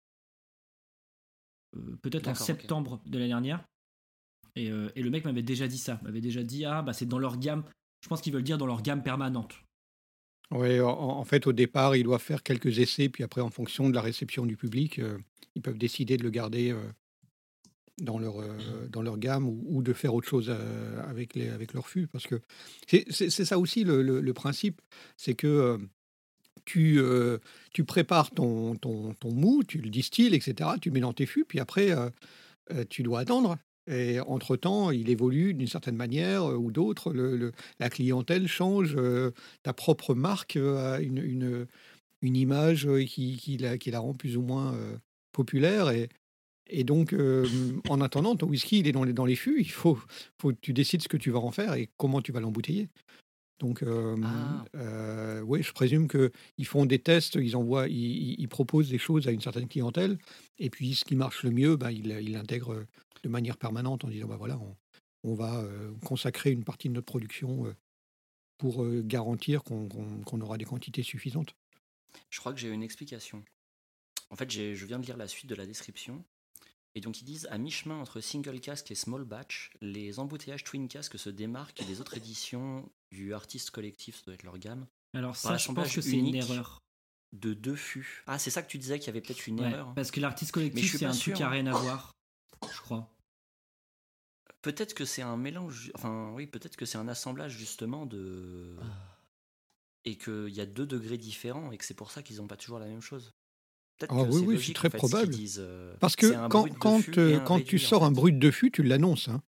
Euh, peut-être en D'accord, ok. septembre de l'année dernière. Et, euh, et le mec m'avait déjà dit ça. M'avait déjà dit, ah, bah c'est dans leur gamme. Je pense qu'ils veulent dire dans leur gamme permanente. Ouais, en, en fait, au départ, ils doivent faire quelques essais, puis après, en fonction de la réception du public, euh, ils peuvent décider de le garder euh, dans, leur, euh, dans leur gamme ou, ou de faire autre chose euh, avec, les, avec leur fût. Parce que c'est c'est- c'est ça aussi le, le- le principe, c'est que euh, tu, euh, tu prépares ton, ton, ton mou, tu le distilles, et cetera, tu le mets dans tes fûts, puis après, euh, euh, tu dois attendre. Et entre-temps, il évolue d'une certaine manière euh, ou d'autre. Le, le- la clientèle change. euh, ta propre marque euh, a une, une, une image euh, qui, qui, la, qui la rend plus ou moins euh, populaire. Et, et donc, euh, en attendant, ton whisky, il est dans les, dans les fûts. Il faut, faut que tu décides ce que tu vas en faire et comment tu vas l'embouteiller. Donc, euh, Ah. euh, oui, je présume qu'ils font des tests, ils envoient, ils, ils- ils proposent des choses à une certaine clientèle, et puis ce qui marche le mieux, ben, ils ils l'intègrent de manière permanente en disant, ben voilà, on, on va euh, consacrer une partie de notre production euh, pour euh, garantir qu'on qu'on- qu'on aura des quantités suffisantes. Je crois que j'ai une explication. En fait, j'ai- je viens de lire la suite de la description. Et donc, ils disent à mi-chemin entre single cask et small batch, les embouteillages twin cask se démarquent des autres éditions du Artist Collectif, ça doit être leur gamme, Alors par ça, je pense l'assemblage que c'est une unique erreur. de deux fûts. Ah, c'est ça que tu disais qu'il y avait peut-être une Ouais, erreur. parce que l'artiste Mais je collectif, suis c'est pas un truc qui sûr, a hein. rien à voir, je crois. Peut-être que c'est un mélange. Enfin, oui, peut-être que c'est un assemblage justement de. Et qu'il y a deux degrés différents et que c'est pour ça qu'ils n'ont pas toujours la même chose. Peut-être Ah que oui, c'est oui, c'est logique, très en fait, ce qu'ils probable. disent. euh, Parce c'est que un quand, brut de quand, fût euh, et un quand tu réduit, en sors un fait. brut de fût, tu l'annonces. hein.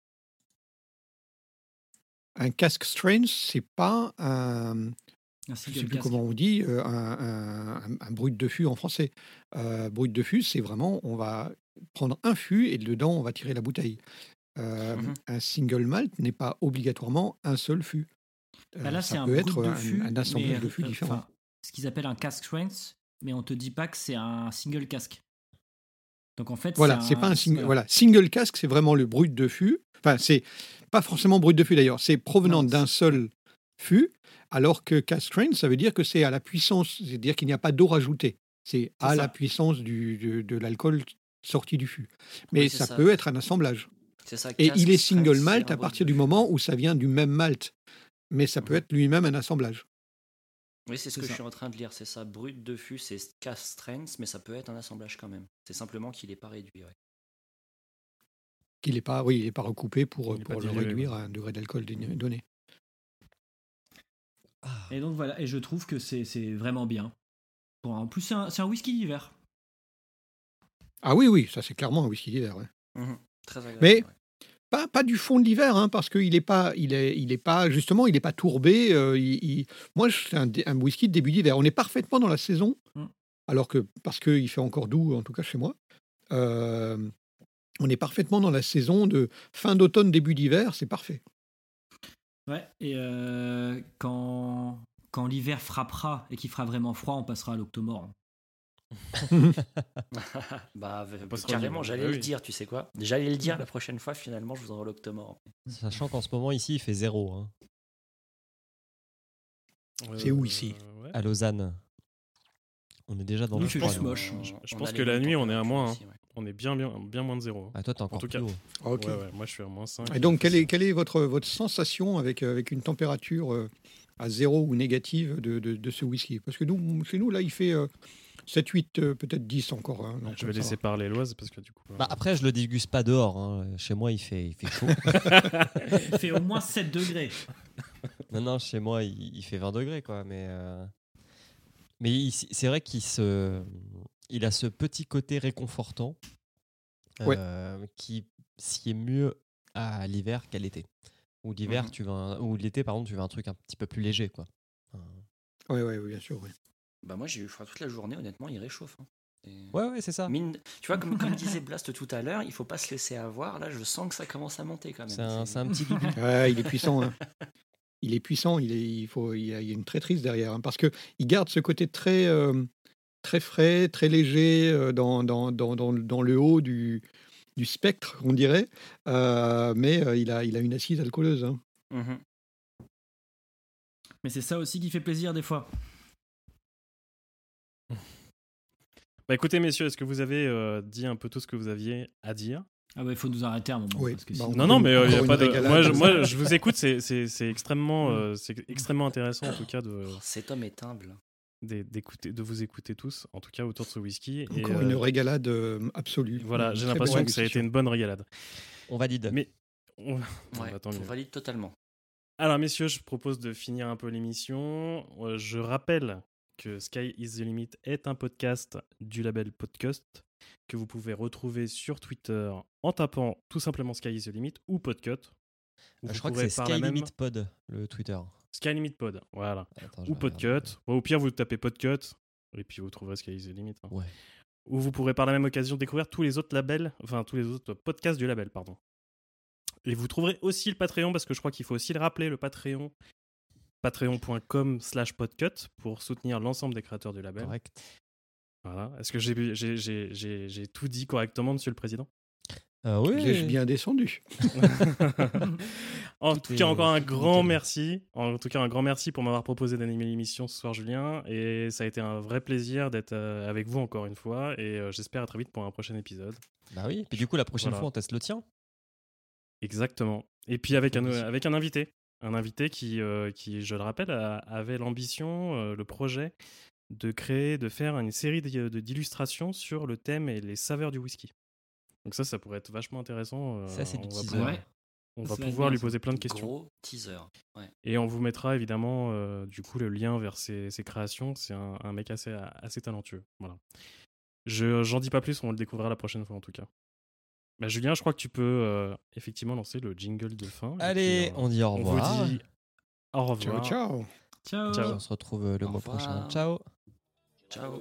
Un cask strain, c'est pas un, Un je ne single sais plus cask. comment on dit, euh, un, un- un- un brut de fût en français. Euh, brut de fût, c'est vraiment, on va prendre un fût et dedans, on va tirer la bouteille. Euh, Mhm. Un single malt n'est pas obligatoirement un seul fût. Euh, Bah là, ça c'est un peut brut être de un, fût, un assemblage mais, de fûts euh, différents. enfin, ce qu'ils appellent un cask strength, mais on te dit pas que c'est un single cask. Donc en fait, Voilà, c'est c'est un, pas un c'est- single. voilà. Voilà, single cask, c'est vraiment le brut de fût. Enfin, c'est pas forcément brut de fût d'ailleurs. C'est provenant Non, d'un c'est- seul fût, alors que cask strength, ça veut dire que c'est à la puissance, c'est-à-dire qu'il n'y a pas d'eau rajoutée. C'est à C'est la ça. puissance du, de, de l'alcool sorti du fût. Mais Oui, c'est ça, ça. peut être un assemblage. C'est ça. Et cask il est strength, single c'est malt un à brut partir de du fût. moment où ça vient du même malt. Mais ça peut Mhm. être lui-même un assemblage. Oui, c'est ce C'est que ça. je suis en train de lire, c'est ça. Brut de fût, c'est cask strength, mais ça peut être un assemblage quand même. C'est simplement qu'il n'est pas réduit. Ouais. Qu'il n'est pas, oui, il est pas recoupé pour, Il est pour pas le dilué, réduire ouais. à un degré d'alcool dé- donné. Et donc voilà, et je trouve que c'est c'est vraiment bien. Bon, en plus, c'est un, c'est un whisky d'hiver. Ah oui, oui, ça c'est clairement un whisky d'hiver. Ouais. Mhm. Très agréable. Mais ouais. pas, pas du fond de l'hiver, hein, parce qu'il est pas, il est, il est pas, justement, il n'est pas tourbé. euh, il- il- Moi, c'est un, dé- un whisky de début d'hiver. On est parfaitement dans la saison, Mm. alors que parce qu'il fait encore doux, en tout cas chez moi. euh, on est parfaitement dans la saison de fin d'automne, début d'hiver. C'est parfait. Ouais, et euh, quand, quand l'hiver frappera et qu'il fera vraiment froid, on passera à l'octomore. bah, v- passera au carrément, niveau. j'allais Ah le oui. dire, tu sais quoi. J'allais le dire la prochaine fois, finalement, je vous envoie l'octomore. Sachant qu'en ce moment, ici, il fait zéro. Hein. C'est où, ici ouais. À Lausanne. On est déjà dans Nous, le c'est froid. juste nous. moche. Je, je On pense a que les la mêmes nuit, on est à températures moins. ici, ouais. On est bien, bien, bien moins de zéro. Ah, toi, t'es encore tout plus cas. haut. Ok. Ouais, ouais, moi, je suis à moins cinq. Et donc, quelle est, quelle est votre, votre sensation avec, euh, avec une température euh, à zéro ou négative de, de, de ce whisky? Parce que nous, chez nous, là, il fait euh, sept, huit, euh, peut-être dix encore. hein, donc Je vais ça laisser va. parler Loise parce que du coup. euh, Bah, après, je le déguste pas dehors. Hein. Chez moi, il fait, il fait chaud. Il fait au moins sept degrés. non, non, chez moi, il, il fait vingt degrés, quoi. Mais, euh, mais il- c'est vrai qu'il se, il a ce petit côté réconfortant Ouais. euh, qui s'y est mieux à l'hiver qu'à l'été. Ou l'hiver, Mhm. tu veux un- ou l'été, par contre, tu veux un truc un petit peu plus léger, quoi. Enfin, Oui, oui, bien sûr. Ouais. Bah, moi, j'ai eu froid toute la journée, honnêtement, il réchauffe. hein. Et- Ouais, ouais, c'est ça. Mine- Tu vois, comme, comme disait Blast tout à l'heure, il faut pas se laisser avoir. Là, je sens que ça commence à monter quand même. C'est un, c'est un petit doudou. Ouais, il est puissant. hein. Il est puissant. Il, est, il, faut, il, y a, il y a une traîtrise derrière. hein, parce qu'il garde ce côté très, euh, très frais, très léger euh, dans, dans, dans, dans, dans le haut du, du spectre, on dirait. Euh, mais euh, il, a, il a une assise alcooleuse. hein. Mhm. Mais c'est ça aussi qui fait plaisir des fois. Bah écoutez, messieurs, est-ce que vous avez euh, dit un peu tout ce que vous aviez à dire? Ah bah il faut nous arrêter à un moment. Oui, parce que bah, sinon- on- Non, non, mais il y a Encore pas une de. régalade. Moi, je, moi, je vous écoute, c'est, c'est, c'est extrêmement, euh, c'est extrêmement intéressant en tout cas de, Oh, cet homme est humble. d'é- d'écouter, de vous écouter tous, en tout cas autour de ce whisky. Et, Encore euh, une régalade euh, absolue. Voilà, j'ai Très l'impression belle que ça a été dégustation. une bonne régalade. On valide. Mais on... Ouais, bah, tant on mieux. valide totalement. Alors, messieurs, je propose de finir un peu l'émission. Euh, Je rappelle que Sky is the Limit est un podcast du label Podcast que vous pouvez retrouver sur Twitter en tapant tout simplement Sky is the Limit ou Podcut. où Euh, vous je crois que pourrez c'est par la Sky même- Limit Pod, le Twitter. Sky Limit Pod, voilà. Attends, je Ou vais regarder. Podcut. Bon, au pire, vous tapez Podcut et puis vous trouverez Sky is the Limit. hein. Ouais. Où vous pourrez par la même occasion découvrir tous les autres labels, enfin tous les autres podcasts du label, pardon. Et vous trouverez aussi le Patreon, parce que je crois qu'il faut aussi le rappeler, le Patreon, patreon.com slash podcut, pour soutenir l'ensemble des créateurs du label. Correct. Voilà. Est-ce que j'ai, j'ai, j'ai, j'ai, j'ai tout dit correctement, monsieur le président? Euh, oui. L'ai-je bien descendu? En Tout tout est- cas, encore un tout est grand nickel. merci. En tout cas, un grand merci pour m'avoir proposé d'animer l'émission ce soir, Julien. Et ça a été un vrai plaisir d'être euh, avec vous encore une fois. Et euh, j'espère à très vite pour un prochain épisode. Bah oui. Puis du coup, la prochaine Voilà. fois, on teste le tien. Exactement. Et puis avec un, Oui. avec un invité. Un invité qui, euh, qui, je le rappelle, a- avait l'ambition, euh, le projet de créer, de faire une série de- de- d'illustrations sur le thème et les saveurs du whisky. Donc ça, ça pourrait être vachement intéressant. euh, Ça, c'est du on va teaser. pouvoir- Ouais. On Ça va va être pouvoir bien, lui ça. poser plein de questions. Gros teaser. Ouais. Et on vous mettra évidemment euh, du coup le lien vers ses, ses créations. C'est un, un mec assez, assez talentueux. Voilà. Je, j'en dis pas plus, on le découvrira la prochaine fois en tout cas. Bah, Julien, je crois que tu peux euh, effectivement lancer le jingle de fin. Et Allez, puis, euh, on dit au on revoir. vous dit au Ciao, revoir. ciao. Ciao. Ciao. On se retrouve euh, le Au mois revoir. prochain. Ciao. Ciao.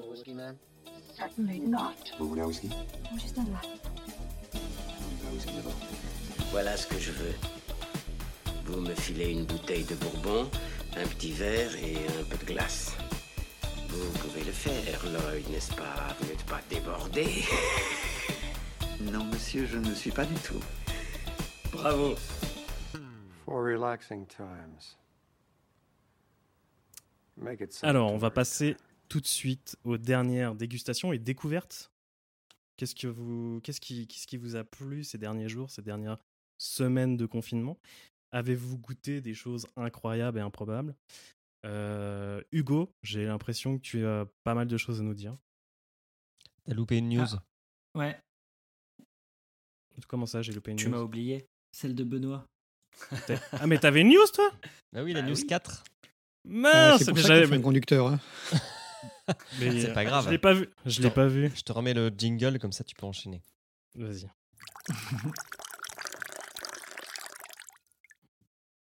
Certainly not. Vous voulez un whisky? Juste un verre. Un whisky d'abord. Voilà ce que je veux. Vous me filez une bouteille de bourbon, un petit verre et un peu de glace. Vous pouvez le faire, Lloyd, n'est-ce pas? Vous n'êtes pas débordé? Non, monsieur, je ne le suis pas du tout. Bravo. For relaxing times. Make it Alors, on va Suntory passer tout de suite aux dernières dégustations et découvertes. Qu'est-ce que vous, qu'est-ce qui, qu'est-ce qui vous a plu ces derniers jours, ces dernières semaines de confinement? Avez-vous goûté des choses incroyables et improbables? Euh, Hugo, j'ai l'impression que tu as pas mal de choses à nous dire. T'as loupé une news. Ah. Ouais, Comment ça, j'ai loupé une Tu news? m'as oublié. celle de Benoît. T'as- Ah, mais t'avais une news, toi? Bah oui, la Bah news oui. quatre. Euh, Mince, c'est pour mais ça j'avais- qu'on fait un conducteur. Hein. mais, C'est euh, pas grave. Je l'ai pas vu. Je l'ai Non. pas vu. Je te remets le jingle, comme ça tu peux enchaîner. Vas-y.